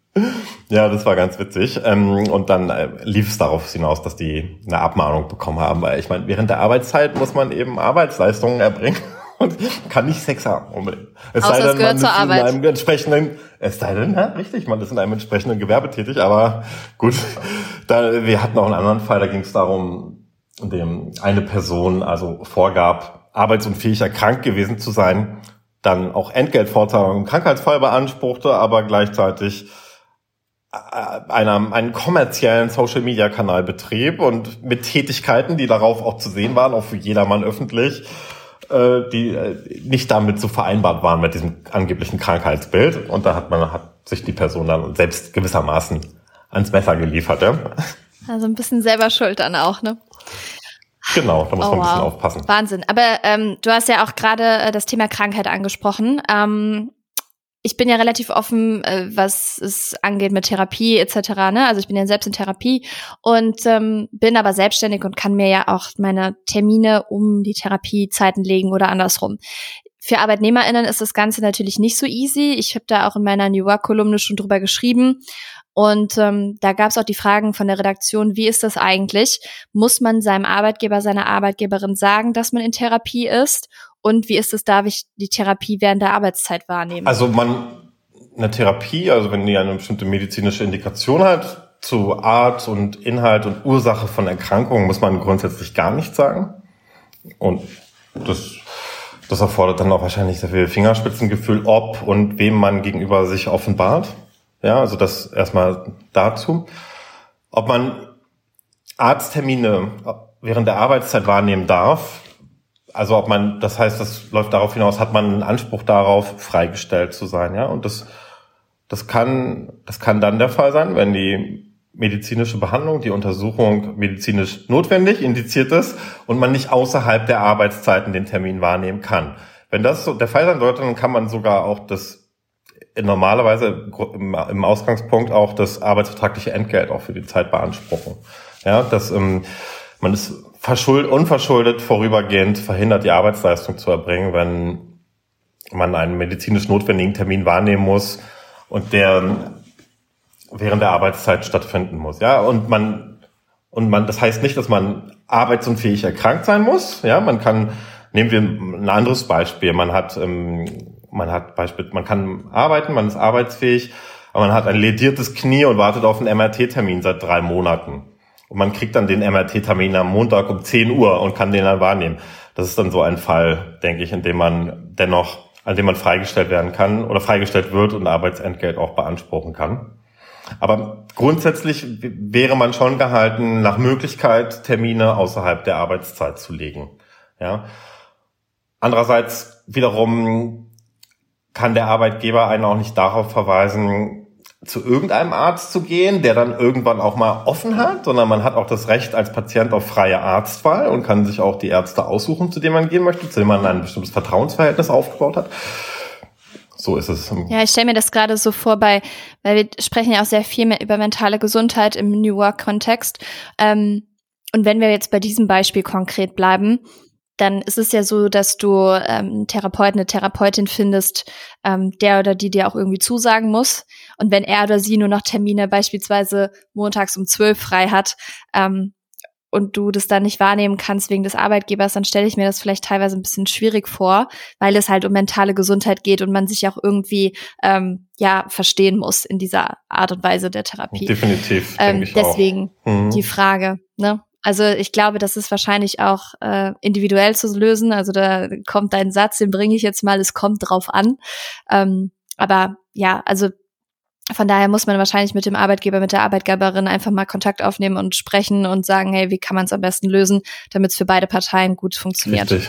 Ja, das war ganz witzig. Ähm, und dann äh, lief es darauf hinaus, dass die eine Abmahnung bekommen haben. Weil ich meine, während der Arbeitszeit muss man eben Arbeitsleistungen erbringen und kann nicht Sex haben unbedingt. Es Außer sei denn, es gehört man zur ist Arbeit. in einem entsprechenden, es sei denn, ja, richtig, man ist in einem entsprechenden Gewerbe tätig. Aber gut, da, wir hatten auch einen anderen Fall, da ging es darum, in dem eine Person also vorgab, arbeitsunfähig erkrankt gewesen zu sein, dann auch Entgeltfortzahlung im Krankheitsfall beanspruchte, aber gleichzeitig einer, einen kommerziellen Social-Media-Kanal betrieb und mit Tätigkeiten, die darauf auch zu sehen waren, auch für jedermann öffentlich, äh, die äh, nicht damit so vereinbart waren mit diesem angeblichen Krankheitsbild. Und da hat man hat sich die Person dann selbst gewissermaßen ans Messer geliefert. Ja? Also ein bisschen selber schuld dann auch, ne? Genau, da muss oh, man ein bisschen wow. aufpassen. Wahnsinn. Aber ähm, du hast ja auch gerade äh, das Thema Krankheit angesprochen. Ähm, ich bin ja relativ offen, äh, was es angeht mit Therapie et cetera. Ne? Also ich bin ja selbst in Therapie und ähm, bin aber selbstständig und kann mir ja auch meine Termine um die Therapiezeiten legen oder andersrum. Für ArbeitnehmerInnen ist das Ganze natürlich nicht so easy. Ich habe da auch in meiner New Work-Kolumne schon drüber geschrieben. Und ähm, da gab es auch die Fragen von der Redaktion, wie ist das eigentlich? Muss man seinem Arbeitgeber, seiner Arbeitgeberin sagen, dass man in Therapie ist? Und wie ist es, darf ich die Therapie während der Arbeitszeit wahrnehmen? Also man, eine Therapie, also wenn die eine bestimmte medizinische Indikation hat, zu Art und Inhalt und Ursache von Erkrankungen, muss man grundsätzlich gar nichts sagen. Und das, das erfordert dann auch wahrscheinlich sehr viel Fingerspitzengefühl, ob und wem man gegenüber sich offenbart. Ja, also das erstmal dazu. Ob man Arzttermine während der Arbeitszeit wahrnehmen darf, also ob man, das heißt, das läuft darauf hinaus, hat man einen Anspruch darauf, freigestellt zu sein, ja. Und das, das kann, das kann dann der Fall sein, wenn die medizinische Behandlung, die Untersuchung medizinisch notwendig, indiziert ist und man nicht außerhalb der Arbeitszeiten den Termin wahrnehmen kann. Wenn das so der Fall sein sollte, dann kann man sogar auch das normalerweise im Ausgangspunkt auch das arbeitsvertragliche Entgelt auch für die Zeit beanspruchen. Ja, dass ähm, man ist verschuldet, unverschuldet vorübergehend verhindert, die Arbeitsleistung zu erbringen, wenn man einen medizinisch notwendigen Termin wahrnehmen muss und der während der Arbeitszeit stattfinden muss. Ja, und man und man, das heißt nicht, dass man arbeitsunfähig erkrankt sein muss. Ja, man kann, nehmen wir ein anderes Beispiel. Man hat ähm, Man hat Beispiel, man kann arbeiten, man ist arbeitsfähig, Aber man hat ein lädiertes Knie und wartet auf einen M R T-Termin seit drei Monaten. Und man kriegt dann den M R T-Termin am Montag um zehn Uhr und kann den dann wahrnehmen. Das ist dann so ein Fall, denke ich, in dem man dennoch, an dem man freigestellt werden kann oder freigestellt wird und Arbeitsentgelt auch beanspruchen kann. Aber grundsätzlich wäre man schon gehalten, nach Möglichkeit Termine außerhalb der Arbeitszeit zu legen. Ja. Andererseits wiederum kann der Arbeitgeber einen auch nicht darauf verweisen, zu irgendeinem Arzt zu gehen, der dann irgendwann auch mal offen hat, sondern man hat auch das Recht als Patient auf freie Arztwahl und kann sich auch die Ärzte aussuchen, zu denen man gehen möchte, zu denen man ein bestimmtes Vertrauensverhältnis aufgebaut hat. So ist es. Ja, ich stelle mir das gerade so vor, bei, weil wir sprechen ja auch sehr viel mehr über mentale Gesundheit im New Work-Kontext. Ähm, und wenn wir jetzt bei diesem Beispiel konkret bleiben, dann ist es ja so, dass du ähm, einen Therapeuten, eine Therapeutin findest, ähm, der oder die dir auch irgendwie zusagen muss. Und wenn er oder sie nur noch Termine beispielsweise montags um zwölf frei hat ähm, und du das dann nicht wahrnehmen kannst wegen des Arbeitgebers, dann stelle ich mir das vielleicht teilweise ein bisschen schwierig vor, weil es halt um mentale Gesundheit geht und man sich auch irgendwie ähm, ja verstehen muss in dieser Art und Weise der Therapie. Definitiv, ähm, denke ich deswegen auch. Mhm. die Frage, ne? Also ich glaube, das ist wahrscheinlich auch äh, individuell zu lösen. Also da kommt dein Satz, den bringe ich jetzt mal, es kommt drauf an. Ähm, aber ja, also von daher muss man wahrscheinlich mit dem Arbeitgeber, mit der Arbeitgeberin einfach mal Kontakt aufnehmen und sprechen und sagen, hey, wie kann man es am besten lösen, damit es für beide Parteien gut funktioniert. Richtig.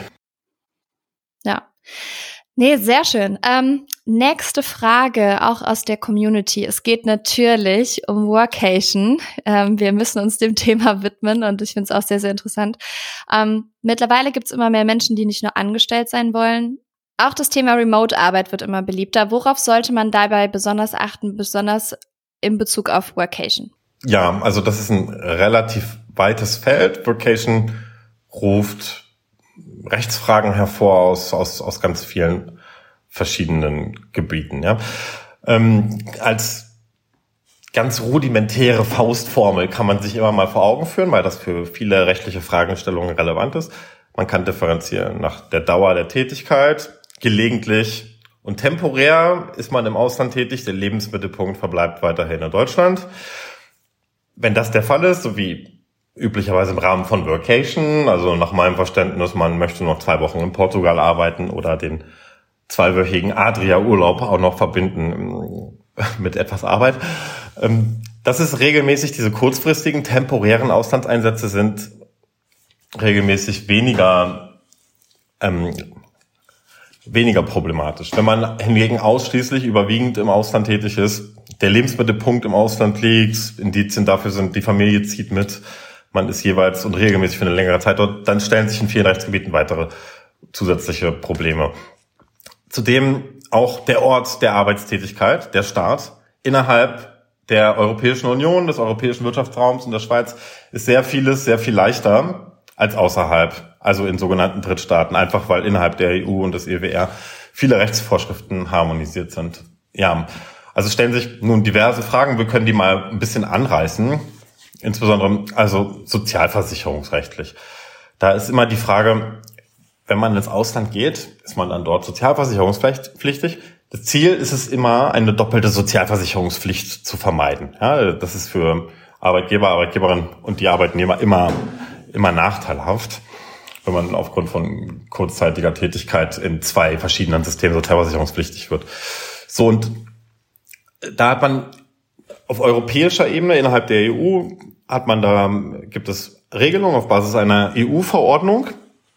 Ja. Nee, sehr schön. Ähm, nächste Frage, auch aus der Community. Es geht natürlich um Workation. Ähm, wir müssen uns dem Thema widmen und ich finde es auch sehr, sehr interessant. Ähm, mittlerweile gibt es immer mehr Menschen, die nicht nur angestellt sein wollen. Auch das Thema Remote-Arbeit wird immer beliebter. Worauf sollte man dabei besonders achten, besonders in Bezug auf Workation? Ja, also das ist ein relativ weites Feld. Workation ruft Rechtsfragen hervor aus, aus, aus ganz vielen verschiedenen Gebieten, ja. Ähm, als ganz rudimentäre Faustformel kann man sich immer mal vor Augen führen, weil das für viele rechtliche Fragestellungen relevant ist. Man kann differenzieren nach der Dauer der Tätigkeit. Gelegentlich und temporär ist man im Ausland tätig. Der Lebensmittelpunkt verbleibt weiterhin in Deutschland. Wenn das der Fall ist, so wie üblicherweise im Rahmen von Workation, also nach meinem Verständnis, man möchte noch zwei Wochen in Portugal arbeiten oder den zweiwöchigen Adria-Urlaub auch noch verbinden mit etwas Arbeit. Das ist regelmäßig, diese kurzfristigen, temporären Auslandseinsätze sind regelmäßig weniger, ähm, weniger problematisch. Wenn man hingegen ausschließlich überwiegend im Ausland tätig ist, der Lebensmittelpunkt im Ausland liegt, Indizien dafür sind, die Familie zieht mit, man ist jeweils und regelmäßig für eine längere Zeit dort, dann stellen sich in vielen Rechtsgebieten weitere zusätzliche Probleme. Zudem auch der Ort der Arbeitstätigkeit, der Staat, innerhalb der Europäischen Union, des europäischen Wirtschaftsraums und der Schweiz ist sehr vieles, sehr viel leichter als außerhalb, also in sogenannten Drittstaaten, einfach weil innerhalb der E U und des E W R viele Rechtsvorschriften harmonisiert sind. Ja, also stellen sich nun diverse Fragen, wir können die mal ein bisschen anreißen. Insbesondere also sozialversicherungsrechtlich. Da ist immer die Frage, wenn man ins Ausland geht, ist man dann dort sozialversicherungspflichtig. Das Ziel ist es immer, eine doppelte Sozialversicherungspflicht zu vermeiden. Ja, das ist für Arbeitgeber, Arbeitgeberinnen und die Arbeitnehmer immer, immer nachteilhaft, wenn man aufgrund von kurzzeitiger Tätigkeit in zwei verschiedenen Systemen sozialversicherungspflichtig wird. So, und da hat man auf europäischer Ebene innerhalb der E U hat man da, gibt es Regelungen auf Basis einer E U-Verordnung.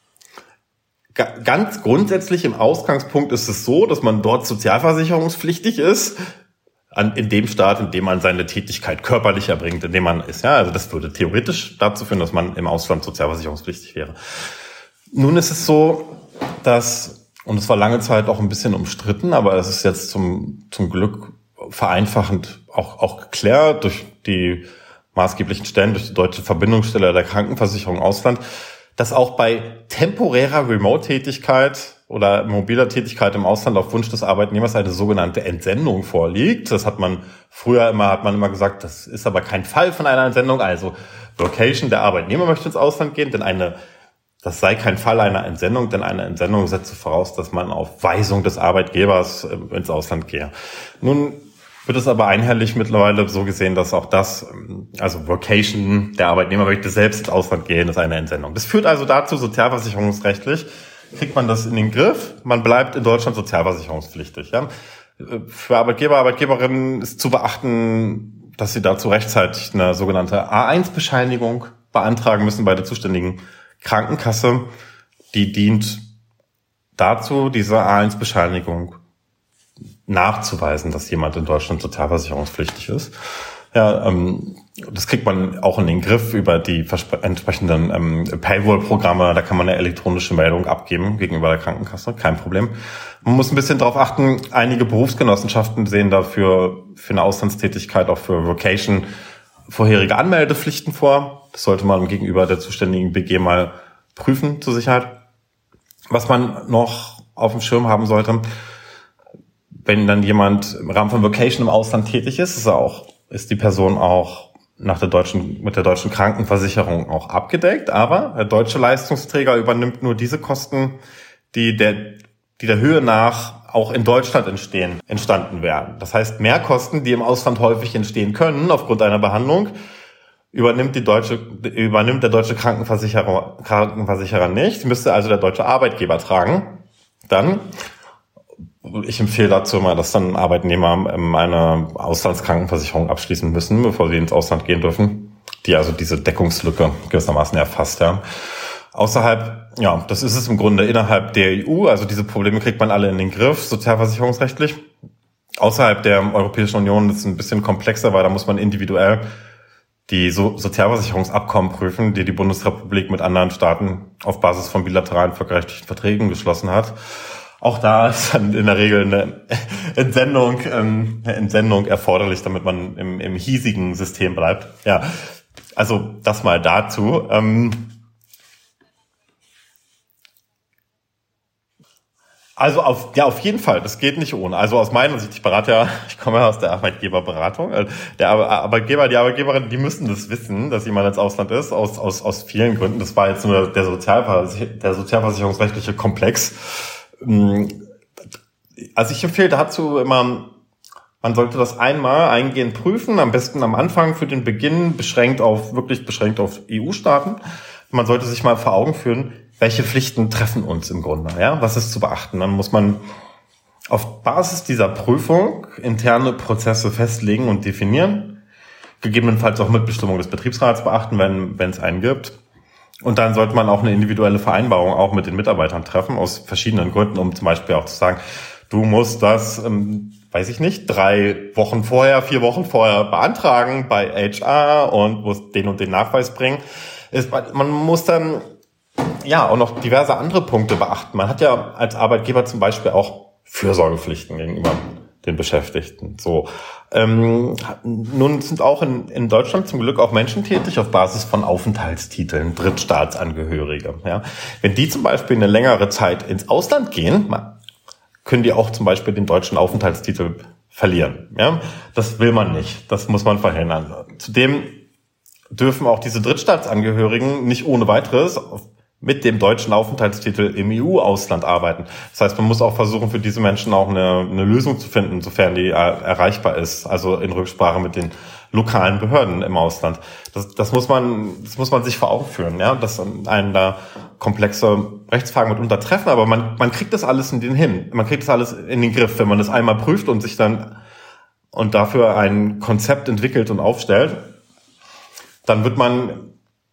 Ganz grundsätzlich im Ausgangspunkt ist es so, dass man dort sozialversicherungspflichtig ist, an, in dem Staat, in dem man seine Tätigkeit körperlich erbringt, in dem man ist. Ja, also das würde theoretisch dazu führen, dass man im Ausland sozialversicherungspflichtig wäre. Nun ist es so, dass, und es war lange Zeit auch ein bisschen umstritten, aber es ist jetzt zum, zum Glück vereinfachend auch, auch geklärt durch die maßgeblichen Stellen, durch die deutsche Verbindungsstelle der Krankenversicherung Ausland, dass auch bei temporärer Remote-Tätigkeit oder mobiler Tätigkeit im Ausland auf Wunsch des Arbeitnehmers eine sogenannte Entsendung vorliegt. Das hat man früher immer, hat man immer gesagt, das ist aber kein Fall von einer Entsendung. Also Vocation, der Arbeitnehmer möchte ins Ausland gehen, denn eine, das sei kein Fall einer Entsendung, denn eine Entsendung setze voraus, dass man auf Weisung des Arbeitgebers ins Ausland gehe. Nun wird es aber einhellig mittlerweile so gesehen, dass auch das, also Vocation, der Arbeitnehmer möchte selbst ins Ausland gehen, ist eine Entsendung. Das führt also dazu, sozialversicherungsrechtlich kriegt man das in den Griff, man bleibt in Deutschland sozialversicherungspflichtig. Ja? Für Arbeitgeber, Arbeitgeberinnen ist zu beachten, dass sie dazu rechtzeitig eine sogenannte A eins Bescheinigung beantragen müssen bei der zuständigen Krankenkasse. Die dient dazu, diese A eins Bescheinigung nachzuweisen, dass jemand in Deutschland sozialversicherungspflichtig ist. Ja, ähm, das kriegt man auch in den Griff über die verspre- entsprechenden ähm, Paywall-Programme. Da kann man eine elektronische Meldung abgeben gegenüber der Krankenkasse, kein Problem. Man muss ein bisschen darauf achten, einige Berufsgenossenschaften sehen dafür für eine Auslandstätigkeit, auch für Vocation, vorherige Anmeldepflichten vor. Das sollte man gegenüber der zuständigen B G mal prüfen zur Sicherheit. Was man noch auf dem Schirm haben sollte, wenn dann jemand im Rahmen von Vocation im Ausland tätig ist, ist er auch, ist die Person auch nach der deutschen, mit der deutschen Krankenversicherung auch abgedeckt. Aber der deutsche Leistungsträger übernimmt nur diese Kosten, die der, die der Höhe nach auch in Deutschland entstehen, entstanden werden. Das heißt, Mehrkosten, die im Ausland häufig entstehen können aufgrund einer Behandlung, übernimmt die deutsche, übernimmt der deutsche Krankenversicherer, Krankenversicherer nicht. Müsste also der deutsche Arbeitgeber tragen. Dann, ich empfehle dazu immer, dass dann Arbeitnehmer eine Auslandskrankenversicherung abschließen müssen, bevor sie ins Ausland gehen dürfen, die also diese Deckungslücke gewissermaßen erfasst, ja. Außerhalb, ja, das ist es im Grunde innerhalb der E U, also diese Probleme kriegt man alle in den Griff, sozialversicherungsrechtlich. Außerhalb der Europäischen Union ist es ein bisschen komplexer, weil da muss man individuell die so- Sozialversicherungsabkommen prüfen, die die Bundesrepublik mit anderen Staaten auf Basis von bilateralen völkerrechtlichen Verträgen geschlossen hat. Auch da ist dann in der Regel eine Entsendung, ähm, eine Entsendung erforderlich, damit man im, im hiesigen System bleibt. Ja, also das mal dazu. Ähm, Also auf, ja, auf jeden Fall. Das geht nicht ohne. Also aus meiner Sicht, ich berate ja, ich komme ja aus der Arbeitgeberberatung. Der Arbeitgeber, die Arbeitgeberin, die müssen das wissen, dass jemand ins Ausland ist, aus, aus, aus vielen Gründen. Das war jetzt nur der Sozialversicher, der sozialversicherungsrechtliche Komplex. Also ich empfehle dazu immer, man sollte das einmal eingehend prüfen, am besten am Anfang für den Beginn beschränkt auf, wirklich beschränkt auf E U-Staaten. Man sollte sich mal vor Augen führen, welche Pflichten treffen uns im Grunde, ja? Was ist zu beachten? Dann muss man auf Basis dieser Prüfung interne Prozesse festlegen und definieren, gegebenenfalls auch Mitbestimmung des Betriebsrats beachten, wenn wenn es einen gibt. Und dann sollte man auch eine individuelle Vereinbarung auch mit den Mitarbeitern treffen, aus verschiedenen Gründen, um zum Beispiel auch zu sagen, du musst das, ähm, weiß ich nicht, drei Wochen vorher, vier Wochen vorher beantragen bei H R und musst den und den Nachweis bringen. Ist, man muss dann ja auch noch diverse andere Punkte beachten. Man hat ja als Arbeitgeber zum Beispiel auch Fürsorgepflichten gegenüber den Beschäftigten. So, ähm, nun sind auch in, in Deutschland zum Glück auch Menschen tätig auf Basis von Aufenthaltstiteln, Drittstaatsangehörige. Ja, wenn die zum Beispiel eine längere Zeit ins Ausland gehen, können die auch zum Beispiel den deutschen Aufenthaltstitel verlieren. Ja, das will man nicht. Das muss man verhindern. Zudem dürfen auch diese Drittstaatsangehörigen nicht ohne weiteres mit dem deutschen Aufenthaltstitel im E U-Ausland arbeiten. Das heißt, man muss auch versuchen, für diese Menschen auch eine, eine Lösung zu finden, sofern die erreichbar ist, also in Rücksprache mit den lokalen Behörden im Ausland. Das, das muss man, das muss man sich vor Augen führen, ja, dass einen da komplexe Rechtsfragen mitunter treffen, aber man, man kriegt das alles in den hin. Man kriegt das alles in den Griff, wenn man das einmal prüft und sich dann und dafür ein Konzept entwickelt und aufstellt. Dann wird man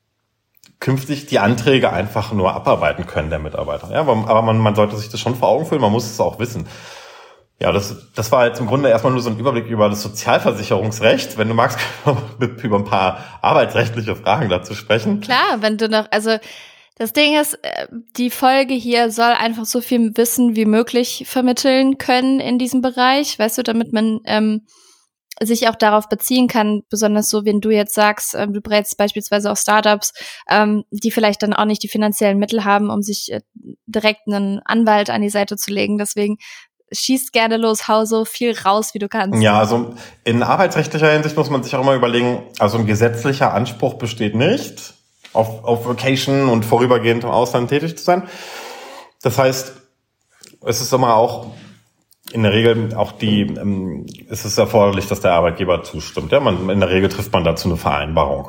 künftig die Anträge einfach nur abarbeiten können, der Mitarbeiter. Ja, aber, aber man, man sollte sich das schon vor Augen führen, man muss es auch wissen. Ja, das, das war jetzt im Grunde erstmal nur so ein Überblick über das Sozialversicherungsrecht. Wenn du magst, können wir über ein paar arbeitsrechtliche Fragen dazu sprechen. Klar, wenn du noch, also das Ding ist, die Folge hier soll einfach so viel Wissen wie möglich vermitteln können in diesem Bereich, weißt du, damit man ähm, sich auch darauf beziehen kann, besonders so, wenn du jetzt sagst, ähm, du berätst beispielsweise auch Startups, ähm, die vielleicht dann auch nicht die finanziellen Mittel haben, um sich äh, direkt einen Anwalt an die Seite zu legen. Deswegen schießt gerne los, hau so viel raus, wie du kannst. Ja, also in arbeitsrechtlicher Hinsicht muss man sich auch immer überlegen, also ein gesetzlicher Anspruch besteht nicht, auf, auf Vacation und vorübergehend im Ausland tätig zu sein. Das heißt, es ist immer auch in der Regel auch die, ähm, ist es erforderlich, dass der Arbeitgeber zustimmt. Ja, man, in der Regel trifft man dazu eine Vereinbarung.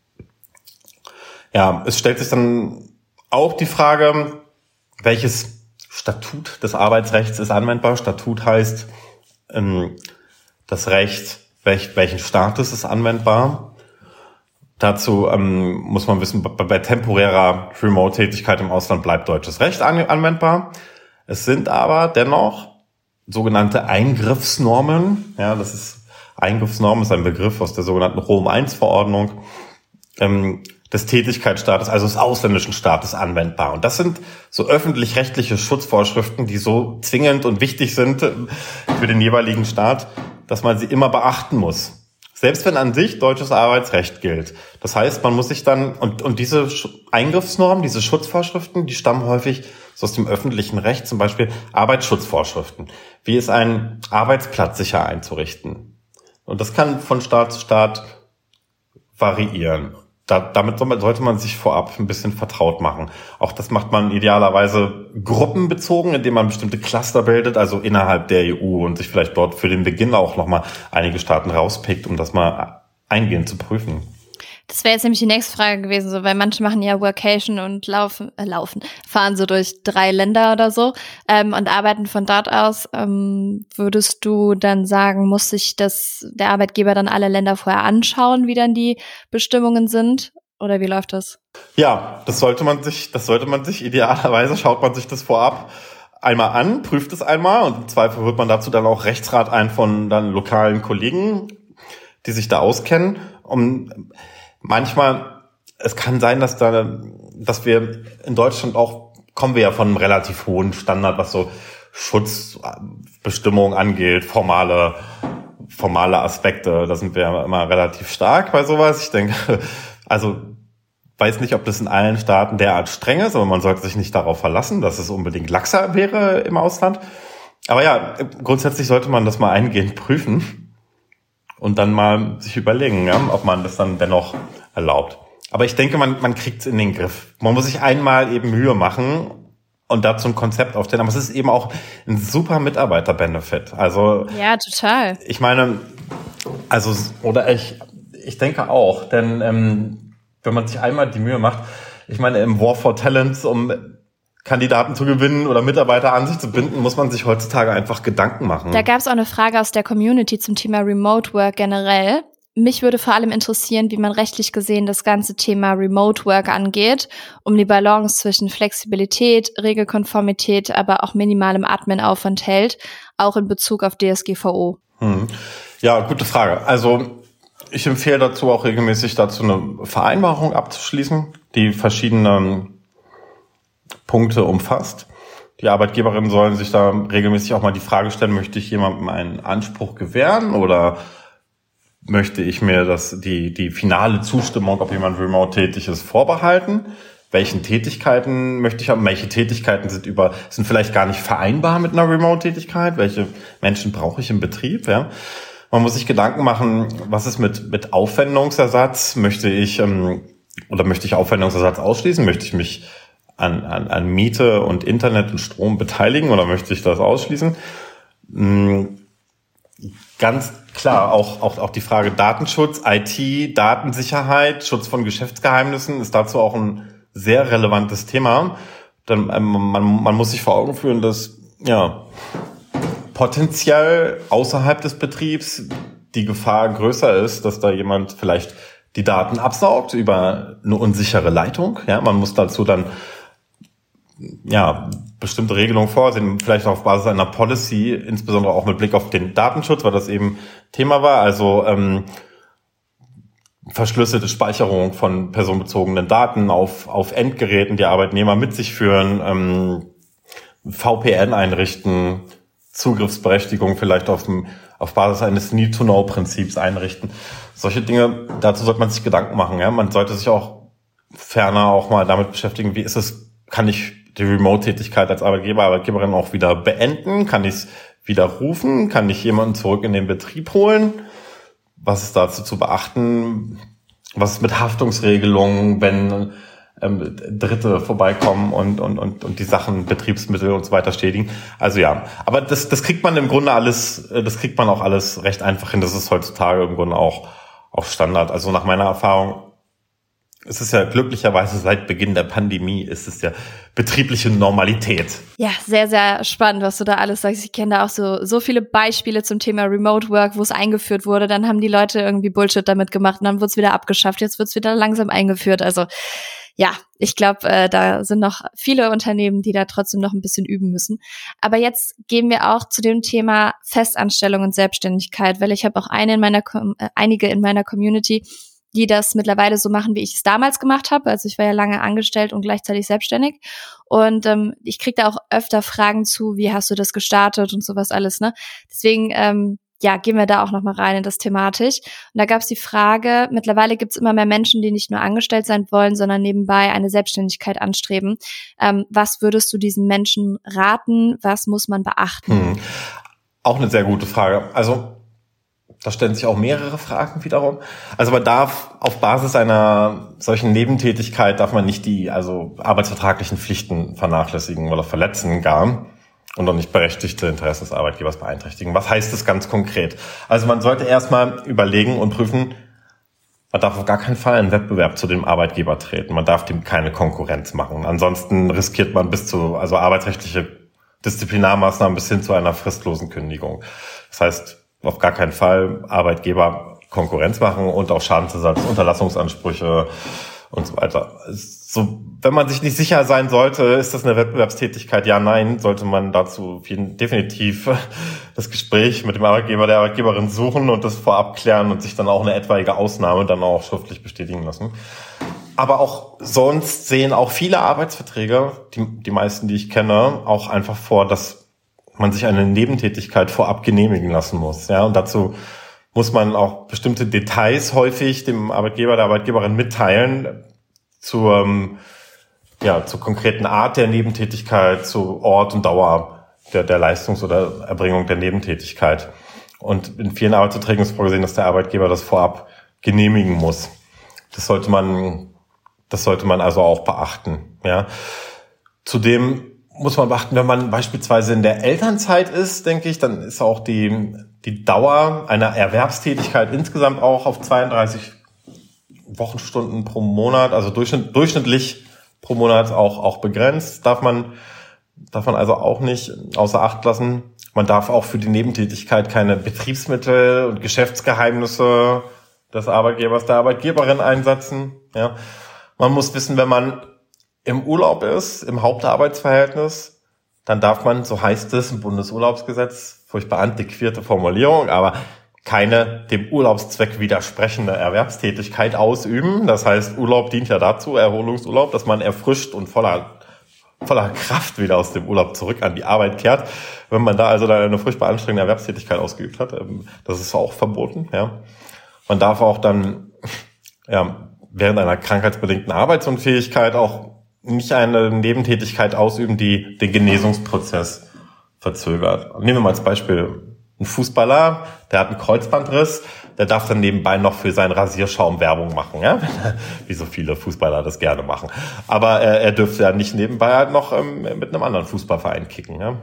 Ja, es stellt sich dann auch die Frage, welches Statut des Arbeitsrechts ist anwendbar. Statut heißt, ähm, das Recht, welch, welchen Status ist anwendbar. Dazu ähm, muss man wissen, bei, bei temporärer Remote-Tätigkeit im Ausland bleibt deutsches Recht an, anwendbar. Es sind aber dennoch sogenannte Eingriffsnormen. Ja, das ist Eingriffsnorm ist ein Begriff aus der sogenannten Rom eins Verordnung ähm, des Tätigkeitsstaates, also des ausländischen Staates anwendbar. Und das sind so öffentlich-rechtliche Schutzvorschriften, die so zwingend und wichtig sind für den jeweiligen Staat, dass man sie immer beachten muss. Selbst wenn an sich deutsches Arbeitsrecht gilt. Das heißt, man muss sich dann, und, und diese Eingriffsnormen, diese Schutzvorschriften, die stammen häufig so aus dem öffentlichen Recht, zum Beispiel Arbeitsschutzvorschriften. Wie ist ein Arbeitsplatz sicher einzurichten? Und das kann von Staat zu Staat variieren. Da, damit sollte man sich vorab ein bisschen vertraut machen. Auch das macht man idealerweise gruppenbezogen, indem man bestimmte Cluster bildet, also innerhalb der E U und sich vielleicht dort für den Beginn auch nochmal einige Staaten rauspickt, um das mal eingehend zu prüfen. Das wäre jetzt nämlich die nächste Frage gewesen, so, weil manche machen ja Workation und laufen, äh, laufen, fahren so durch drei Länder oder so ähm, und arbeiten von dort aus. Ähm, würdest du dann sagen, muss sich das der Arbeitgeber dann alle Länder vorher anschauen, wie dann die Bestimmungen sind? Oder wie läuft das? Ja, das sollte man sich, das sollte man sich idealerweise schaut man sich das vorab einmal an, prüft es einmal und im Zweifel holt man dazu dann auch Rechtsrat ein von dann lokalen Kollegen, die sich da auskennen, um manchmal, es kann sein, dass da, dass wir in Deutschland auch, kommen wir ja von einem relativ hohen Standard, was so Schutzbestimmungen angeht, formale, formale Aspekte, da sind wir immer relativ stark bei sowas. Ich denke, also, weiß nicht, ob das in allen Staaten derart streng ist, aber man sollte sich nicht darauf verlassen, dass es unbedingt laxer wäre im Ausland. Aber ja, grundsätzlich sollte man das mal eingehend prüfen. Und dann mal sich überlegen, ja, ob man das dann dennoch erlaubt. Aber ich denke, man, man kriegt es in den Griff. Man muss sich einmal eben Mühe machen und dazu ein Konzept aufstellen. Aber es ist eben auch ein super Mitarbeiter-Benefit. Also ja, total. Ich meine, also oder ich, ich denke auch, denn ähm, wenn man sich einmal die Mühe macht, ich meine, im War for Talents, um Kandidaten zu gewinnen oder Mitarbeiter an sich zu binden, muss man sich heutzutage einfach Gedanken machen. Da gab es auch eine Frage aus der Community zum Thema Remote Work generell. Mich würde vor allem interessieren, wie man rechtlich gesehen das ganze Thema Remote Work angeht, um die Balance zwischen Flexibilität, Regelkonformität, aber auch minimalem Admin-Aufwand hält, auch in Bezug auf D S G V O. Hm. Ja, gute Frage. Also ich empfehle dazu auch regelmäßig dazu eine Vereinbarung abzuschließen, die verschiedene Punkte umfasst. Die Arbeitgeberinnen sollen sich da regelmäßig auch mal die Frage stellen, möchte ich jemandem einen Anspruch gewähren oder möchte ich mir das, die, die finale Zustimmung, ob jemand remote tätig ist, vorbehalten? Welchen Tätigkeiten möchte ich haben? Welche Tätigkeiten sind über, sind vielleicht gar nicht vereinbar mit einer Remote-Tätigkeit? Welche Menschen brauche ich im Betrieb? Ja. Man muss sich Gedanken machen, was ist mit, mit Aufwendungsersatz? Möchte ich, ähm, oder möchte ich Aufwendungsersatz ausschließen? Möchte ich mich An, an, an Miete und Internet und Strom beteiligen oder möchte ich das ausschließen? Ganz klar, auch, auch, auch die Frage Datenschutz, I T, Datensicherheit, Schutz von Geschäftsgeheimnissen ist dazu auch ein sehr relevantes Thema. Denn ähm, man, man muss sich vor Augen führen, dass ja potenziell außerhalb des Betriebs die Gefahr größer ist, dass da jemand vielleicht die Daten absaugt über eine unsichere Leitung. Ja, man muss dazu dann ja, bestimmte Regelungen vorsehen, vielleicht auf Basis einer Policy, insbesondere auch mit Blick auf den Datenschutz, weil das eben Thema war, also ähm, verschlüsselte Speicherung von personenbezogenen Daten auf auf Endgeräten, die Arbeitnehmer mit sich führen, ähm, V P N einrichten, Zugriffsberechtigung vielleicht auf dem auf Basis eines Need-to-Know-Prinzips einrichten. Solche Dinge, dazu sollte man sich Gedanken machen. Ja, man sollte sich auch ferner auch mal damit beschäftigen, wie ist es, kann ich die Remote-Tätigkeit als Arbeitgeber, Arbeitgeberin auch wieder beenden? Kann ich es widerrufen? Kann ich jemanden zurück in den Betrieb holen? Was ist dazu zu beachten? Was ist mit Haftungsregelungen, wenn ähm, Dritte vorbeikommen und, und, und, und die Sachen, Betriebsmittel und so weiter stetigen. Also ja, aber das, das kriegt man im Grunde alles, das kriegt man auch alles recht einfach hin. Das ist heutzutage im Grunde auch, auch Standard. Also nach meiner Erfahrung, es ist ja glücklicherweise seit Beginn der Pandemie ist es ja betriebliche Normalität. Ja, sehr, sehr spannend, was du da alles sagst. Ich kenne da auch so so viele Beispiele zum Thema Remote Work, wo es eingeführt wurde. Dann haben die Leute irgendwie Bullshit damit gemacht und dann wurde es wieder abgeschafft. Jetzt wird es wieder langsam eingeführt. Also ja, ich glaube, äh, da sind noch viele Unternehmen, die da trotzdem noch ein bisschen üben müssen. Aber jetzt gehen wir auch zu dem Thema Festanstellung und Selbstständigkeit, weil ich habe auch eine in meiner äh, einige in meiner Community, die das mittlerweile so machen, wie ich es damals gemacht habe. Also ich war ja lange angestellt und gleichzeitig selbstständig. Und ähm, ich kriege da auch öfter Fragen zu, wie hast du das gestartet und sowas alles, ne? Deswegen, ähm, ja, gehen wir da auch nochmal rein in das thematisch. Und da gab es die Frage, mittlerweile gibt es immer mehr Menschen, die nicht nur angestellt sein wollen, sondern nebenbei eine Selbstständigkeit anstreben. Ähm, was würdest du diesen Menschen raten? Was muss man beachten? Hm. Auch eine sehr gute Frage. Also da stellen sich auch mehrere Fragen wiederum. Also man darf auf Basis einer solchen Nebentätigkeit darf man nicht die also arbeitsvertraglichen Pflichten vernachlässigen oder verletzen gar und auch nicht berechtigte Interessen des Arbeitgebers beeinträchtigen. Was heißt das ganz konkret? Also man sollte erstmal überlegen und prüfen, man darf auf gar keinen Fall in Wettbewerb zu dem Arbeitgeber treten. Man darf dem keine Konkurrenz machen. Ansonsten riskiert man bis zu also arbeitsrechtliche Disziplinarmaßnahmen bis hin zu einer fristlosen Kündigung. Das heißt, auf gar keinen Fall Arbeitgeber Konkurrenz machen und auch Schadensersatz, Unterlassungsansprüche und so weiter. So, wenn man sich nicht sicher sein sollte, ist das eine Wettbewerbstätigkeit? Ja, nein, sollte man dazu definitiv das Gespräch mit dem Arbeitgeber, der Arbeitgeberin suchen und das vorab klären und sich dann auch eine etwaige Ausnahme dann auch schriftlich bestätigen lassen. Aber auch sonst sehen auch viele Arbeitsverträge, die, die meisten, die ich kenne, auch einfach vor, dass man sich eine Nebentätigkeit vorab genehmigen lassen muss. Ja, und dazu muss man auch bestimmte Details häufig dem Arbeitgeber, der Arbeitgeberin mitteilen zur, ja, zur konkreten Art der Nebentätigkeit, zu Ort und Dauer der, der Leistungs- oder Erbringung der Nebentätigkeit. Und in vielen Arbeitsverträgen ist vorgesehen, dass der Arbeitgeber das vorab genehmigen muss. Das sollte man, das sollte man also auch beachten. Ja, zudem muss man beachten, wenn man beispielsweise in der Elternzeit ist, denke ich, dann ist auch die, die Dauer einer Erwerbstätigkeit insgesamt auch auf zweiunddreißig Wochenstunden pro Monat, also durchschnitt, durchschnittlich pro Monat auch, auch begrenzt. Darf man, darf man also auch nicht außer Acht lassen. Man darf auch für die Nebentätigkeit keine Betriebsmittel und Geschäftsgeheimnisse des Arbeitgebers, der Arbeitgeberin einsetzen. Ja. Man muss wissen, wenn man im Urlaub ist, im Hauptarbeitsverhältnis, dann darf man, so heißt es im Bundesurlaubsgesetz, furchtbar antiquierte Formulierung, aber keine dem Urlaubszweck widersprechende Erwerbstätigkeit ausüben. Das heißt, Urlaub dient ja dazu, Erholungsurlaub, dass man erfrischt und voller voller Kraft wieder aus dem Urlaub zurück an die Arbeit kehrt. Wenn man da also dann eine furchtbar anstrengende Erwerbstätigkeit ausgeübt hat, das ist auch verboten. Ja, man darf auch dann ja während einer krankheitsbedingten Arbeitsunfähigkeit auch nicht eine Nebentätigkeit ausüben, die den Genesungsprozess verzögert. Nehmen wir mal als Beispiel einen Fußballer, der hat einen Kreuzbandriss, der darf dann nebenbei noch für seinen Rasierschaum Werbung machen, ja, wie so viele Fußballer das gerne machen. Aber er, er dürfte ja nicht nebenbei halt noch ähm, mit einem anderen Fußballverein kicken, ja.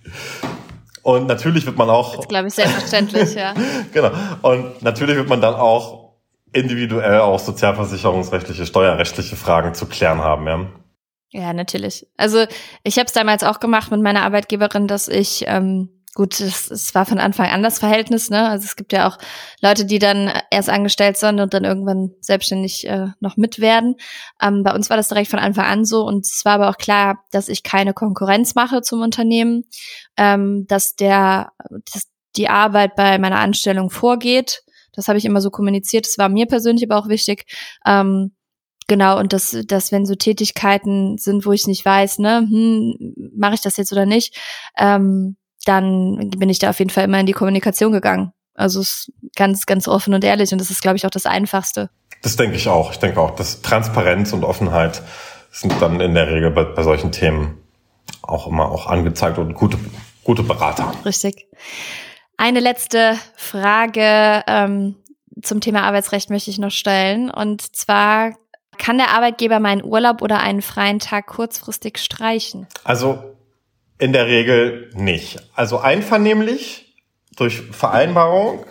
Und natürlich wird man auch... Das ist, glaube ich, selbstverständlich, ja. Genau. Und natürlich wird man dann auch individuell auch sozialversicherungsrechtliche, steuerrechtliche Fragen zu klären haben, ja. Ja, natürlich. Also ich habe es damals auch gemacht mit meiner Arbeitgeberin, dass ich, ähm, gut, es, es war von Anfang an das Verhältnis, ne? Also es gibt ja auch Leute, die dann erst angestellt sind und dann irgendwann selbstständig äh, noch mit werden. Ähm, bei uns war das direkt von Anfang an so und es war aber auch klar, dass ich keine Konkurrenz mache zum Unternehmen, ähm, dass der, dass die Arbeit bei meiner Anstellung vorgeht. Das habe ich immer so kommuniziert. Das war mir persönlich aber auch wichtig. Ähm, Genau, und dass, dass wenn so Tätigkeiten sind, wo ich nicht weiß, ne, hm, mache ich das jetzt oder nicht, ähm, dann bin ich da auf jeden Fall immer in die Kommunikation gegangen. Also es ist ganz, ganz offen und ehrlich und das ist, glaube ich, auch das Einfachste. Das denke ich auch. Ich denke auch, dass Transparenz und Offenheit sind dann in der Regel bei, bei solchen Themen auch immer auch angezeigt und gute, gute Berater. Richtig. Eine letzte Frage ähm, zum Thema Arbeitsrecht möchte ich noch stellen und zwar kann der Arbeitgeber meinen Urlaub oder einen freien Tag kurzfristig streichen? Also in der Regel nicht. Also einvernehmlich durch Vereinbarung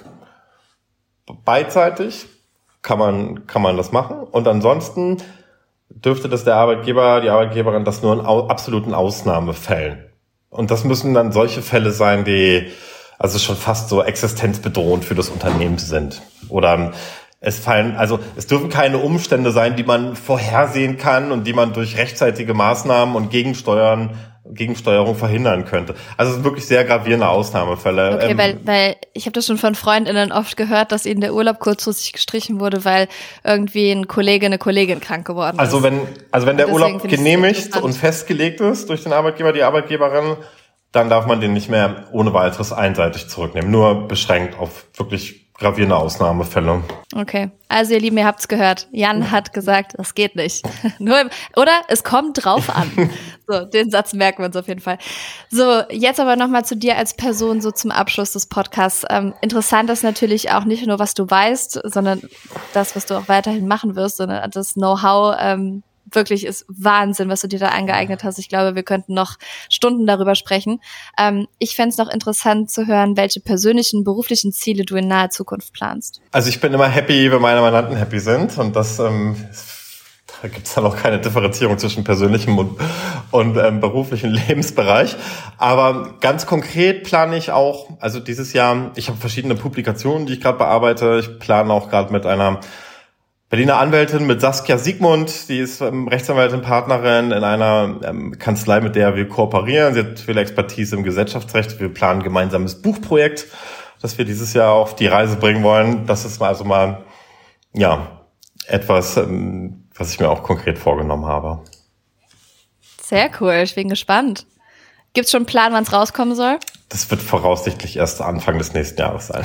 beidseitig kann man kann man das machen. Und ansonsten dürfte das der Arbeitgeber, die Arbeitgeberin das nur in au- absoluten Ausnahmefällen. Und das müssen dann solche Fälle sein, die also schon fast so existenzbedrohend für das Unternehmen sind. Oder es fallen, also es dürfen keine Umstände sein, die man vorhersehen kann und die man durch rechtzeitige Maßnahmen und Gegensteuern, Gegensteuerung verhindern könnte. Also es sind wirklich sehr gravierende Ausnahmefälle. Okay, ähm, weil, weil ich habe das schon von FreundInnen oft gehört, dass ihnen der Urlaub kurzfristig gestrichen wurde, weil irgendwie ein Kollege, eine Kollegin krank geworden ist. Also wenn, also wenn der Deswegen Urlaub finde ich es genehmigt interessant. und festgelegt ist durch den Arbeitgeber, die Arbeitgeberin, dann darf man den nicht mehr ohne weiteres einseitig zurücknehmen. Nur beschränkt auf wirklich gravierende Ausnahmefälle. Okay, also ihr Lieben, ihr habt's gehört. Jan hat gesagt, das geht nicht. Nur im, oder es kommt drauf an. So, den Satz merken wir uns auf jeden Fall. So, jetzt aber nochmal zu dir als Person, so zum Abschluss des Podcasts. Ähm, interessant ist natürlich auch nicht nur, was du weißt, sondern das, was du auch weiterhin machen wirst, sondern das Know-how, ähm, wirklich ist Wahnsinn, was du dir da angeeignet hast. Ich glaube, wir könnten noch Stunden darüber sprechen. Ähm, ich fände es noch interessant zu hören, welche persönlichen, beruflichen Ziele du in naher Zukunft planst. Also ich bin immer happy, wenn meine Mandanten happy sind. Und das, ähm, da gibt es dann auch keine Differenzierung zwischen persönlichem und, und ähm, beruflichem Lebensbereich. Aber ganz konkret plane ich auch, also dieses Jahr, ich habe verschiedene Publikationen, die ich gerade bearbeite. Ich plane auch gerade mit einer Berliner Anwältin, mit Saskia Siegmund, die ist ähm, Rechtsanwältin, Partnerin in einer ähm, Kanzlei, mit der wir kooperieren. Sie hat viel Expertise im Gesellschaftsrecht. Wir planen ein gemeinsames Buchprojekt, das wir dieses Jahr auf die Reise bringen wollen. Das ist also mal, ja, etwas, ähm, was ich mir auch konkret vorgenommen habe. Sehr cool, ich bin gespannt. Gibt's schon einen Plan, wann es rauskommen soll? Das wird voraussichtlich erst Anfang des nächsten Jahres sein.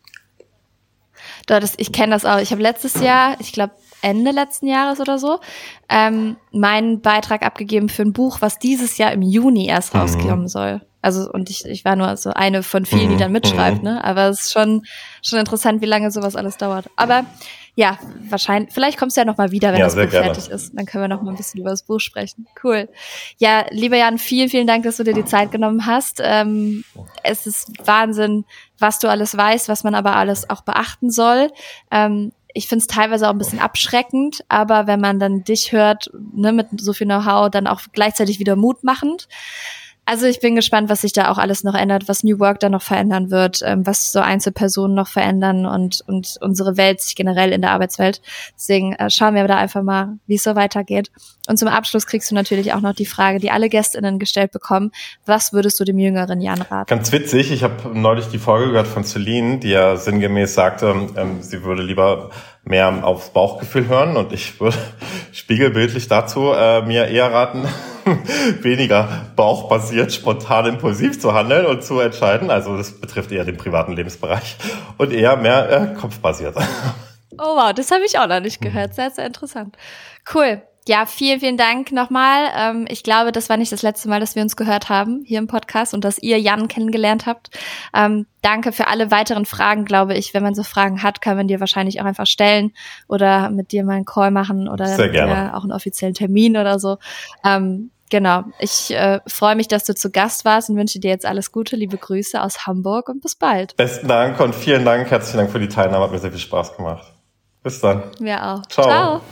Das, ich kenne das auch. Ich habe letztes Jahr, ich glaube Ende letzten Jahres oder so, ähm, meinen Beitrag abgegeben für ein Buch, was dieses Jahr im Juni erst rauskommen mhm. soll. Also und ich, ich war nur so eine von vielen, die dann mitschreibt, ne? Aber es ist schon schon interessant, wie lange sowas alles dauert. Aber ja, wahrscheinlich, vielleicht kommst du ja noch mal wieder, wenn ja, das Buch gerne. fertig ist. Dann können wir noch mal ein bisschen über das Buch sprechen. Cool. Ja, lieber Jan, vielen, vielen Dank, dass du dir die Zeit genommen hast. Ähm, es ist Wahnsinn, was du alles weißt, was man aber alles auch beachten soll. Ähm, ich finde es teilweise auch ein bisschen abschreckend, aber wenn man dann dich hört, ne, mit so viel Know-how, dann auch gleichzeitig wieder mutmachend. Also ich bin gespannt, was sich da auch alles noch ändert, was New Work da noch verändern wird, ähm, was so Einzelpersonen noch verändern und und unsere Welt sich generell in der Arbeitswelt. Deswegen äh, schauen wir da einfach mal, wie es so weitergeht. Und zum Abschluss kriegst du natürlich auch noch die Frage, die alle GästInnen gestellt bekommen. Was würdest du dem jüngeren Jan raten? Ganz witzig, ich habe neulich die Folge gehört von Celine, die ja sinngemäß sagte, ähm, sie würde lieber mehr aufs Bauchgefühl hören und ich würde spiegelbildlich dazu äh, mir eher raten, weniger bauchbasiert, spontan, impulsiv zu handeln und zu entscheiden. Also das betrifft eher den privaten Lebensbereich und eher mehr äh, kopfbasiert. Oh wow, das habe ich auch noch nicht gehört. Sehr, sehr interessant. Cool. Ja, vielen, vielen Dank nochmal. Ähm, ich glaube, das war nicht das letzte Mal, dass wir uns gehört haben hier im Podcast und dass ihr Jan kennengelernt habt. Ähm, danke für alle weiteren Fragen, glaube ich. Wenn man so Fragen hat, kann man dir wahrscheinlich auch einfach stellen oder mit dir mal einen Call machen oder Sehr gerne. auch einen offiziellen Termin oder so. Ähm, genau. Ich äh, freue mich, dass du zu Gast warst und wünsche dir jetzt alles Gute. Liebe Grüße aus Hamburg und bis bald. Besten Dank und vielen Dank, herzlichen Dank für die Teilnahme. Hat mir sehr viel Spaß gemacht. Bis dann. Mir auch. Ciao. Ciao.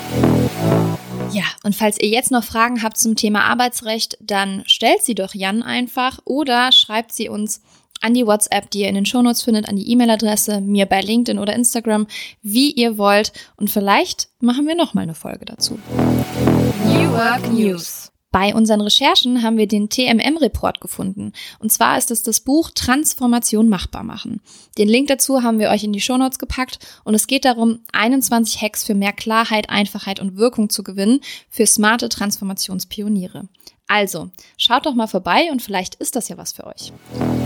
Ja, und falls ihr jetzt noch Fragen habt zum Thema Arbeitsrecht, dann stellt sie doch Jan einfach oder schreibt sie uns an die WhatsApp, die ihr in den Shownotes findet, an die E-Mail-Adresse, mir bei LinkedIn oder Instagram, wie ihr wollt. Und vielleicht machen wir noch mal eine Folge dazu. New Work News. Bei unseren Recherchen haben wir den T M M-Report gefunden. Und zwar ist es das Buch Transformation machbar machen. Den Link dazu haben wir euch in die Shownotes gepackt und es geht darum, einundzwanzig Hacks für mehr Klarheit, Einfachheit und Wirkung zu gewinnen für smarte Transformationspioniere. Also, schaut doch mal vorbei und vielleicht ist das ja was für euch.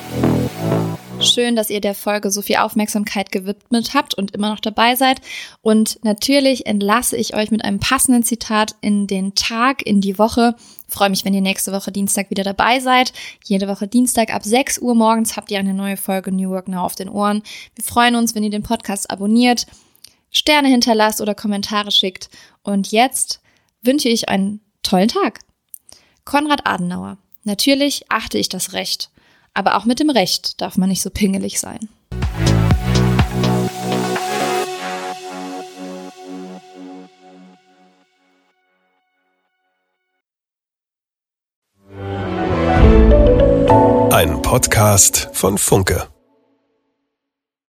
Schön, dass ihr der Folge so viel Aufmerksamkeit gewidmet habt und immer noch dabei seid. Und natürlich entlasse ich euch mit einem passenden Zitat in den Tag, in die Woche. Ich freue mich, wenn ihr nächste Woche Dienstag wieder dabei seid. Jede Woche Dienstag ab sechs Uhr morgens habt ihr eine neue Folge New Work Now auf den Ohren. Wir freuen uns, wenn ihr den Podcast abonniert. Sterne hinterlasst oder Kommentare schickt. Und jetzt wünsche ich einen tollen Tag. Konrad Adenauer. Natürlich achte ich das Recht. Aber auch mit dem Recht darf man nicht so pingelig sein. Ein Podcast von Funke.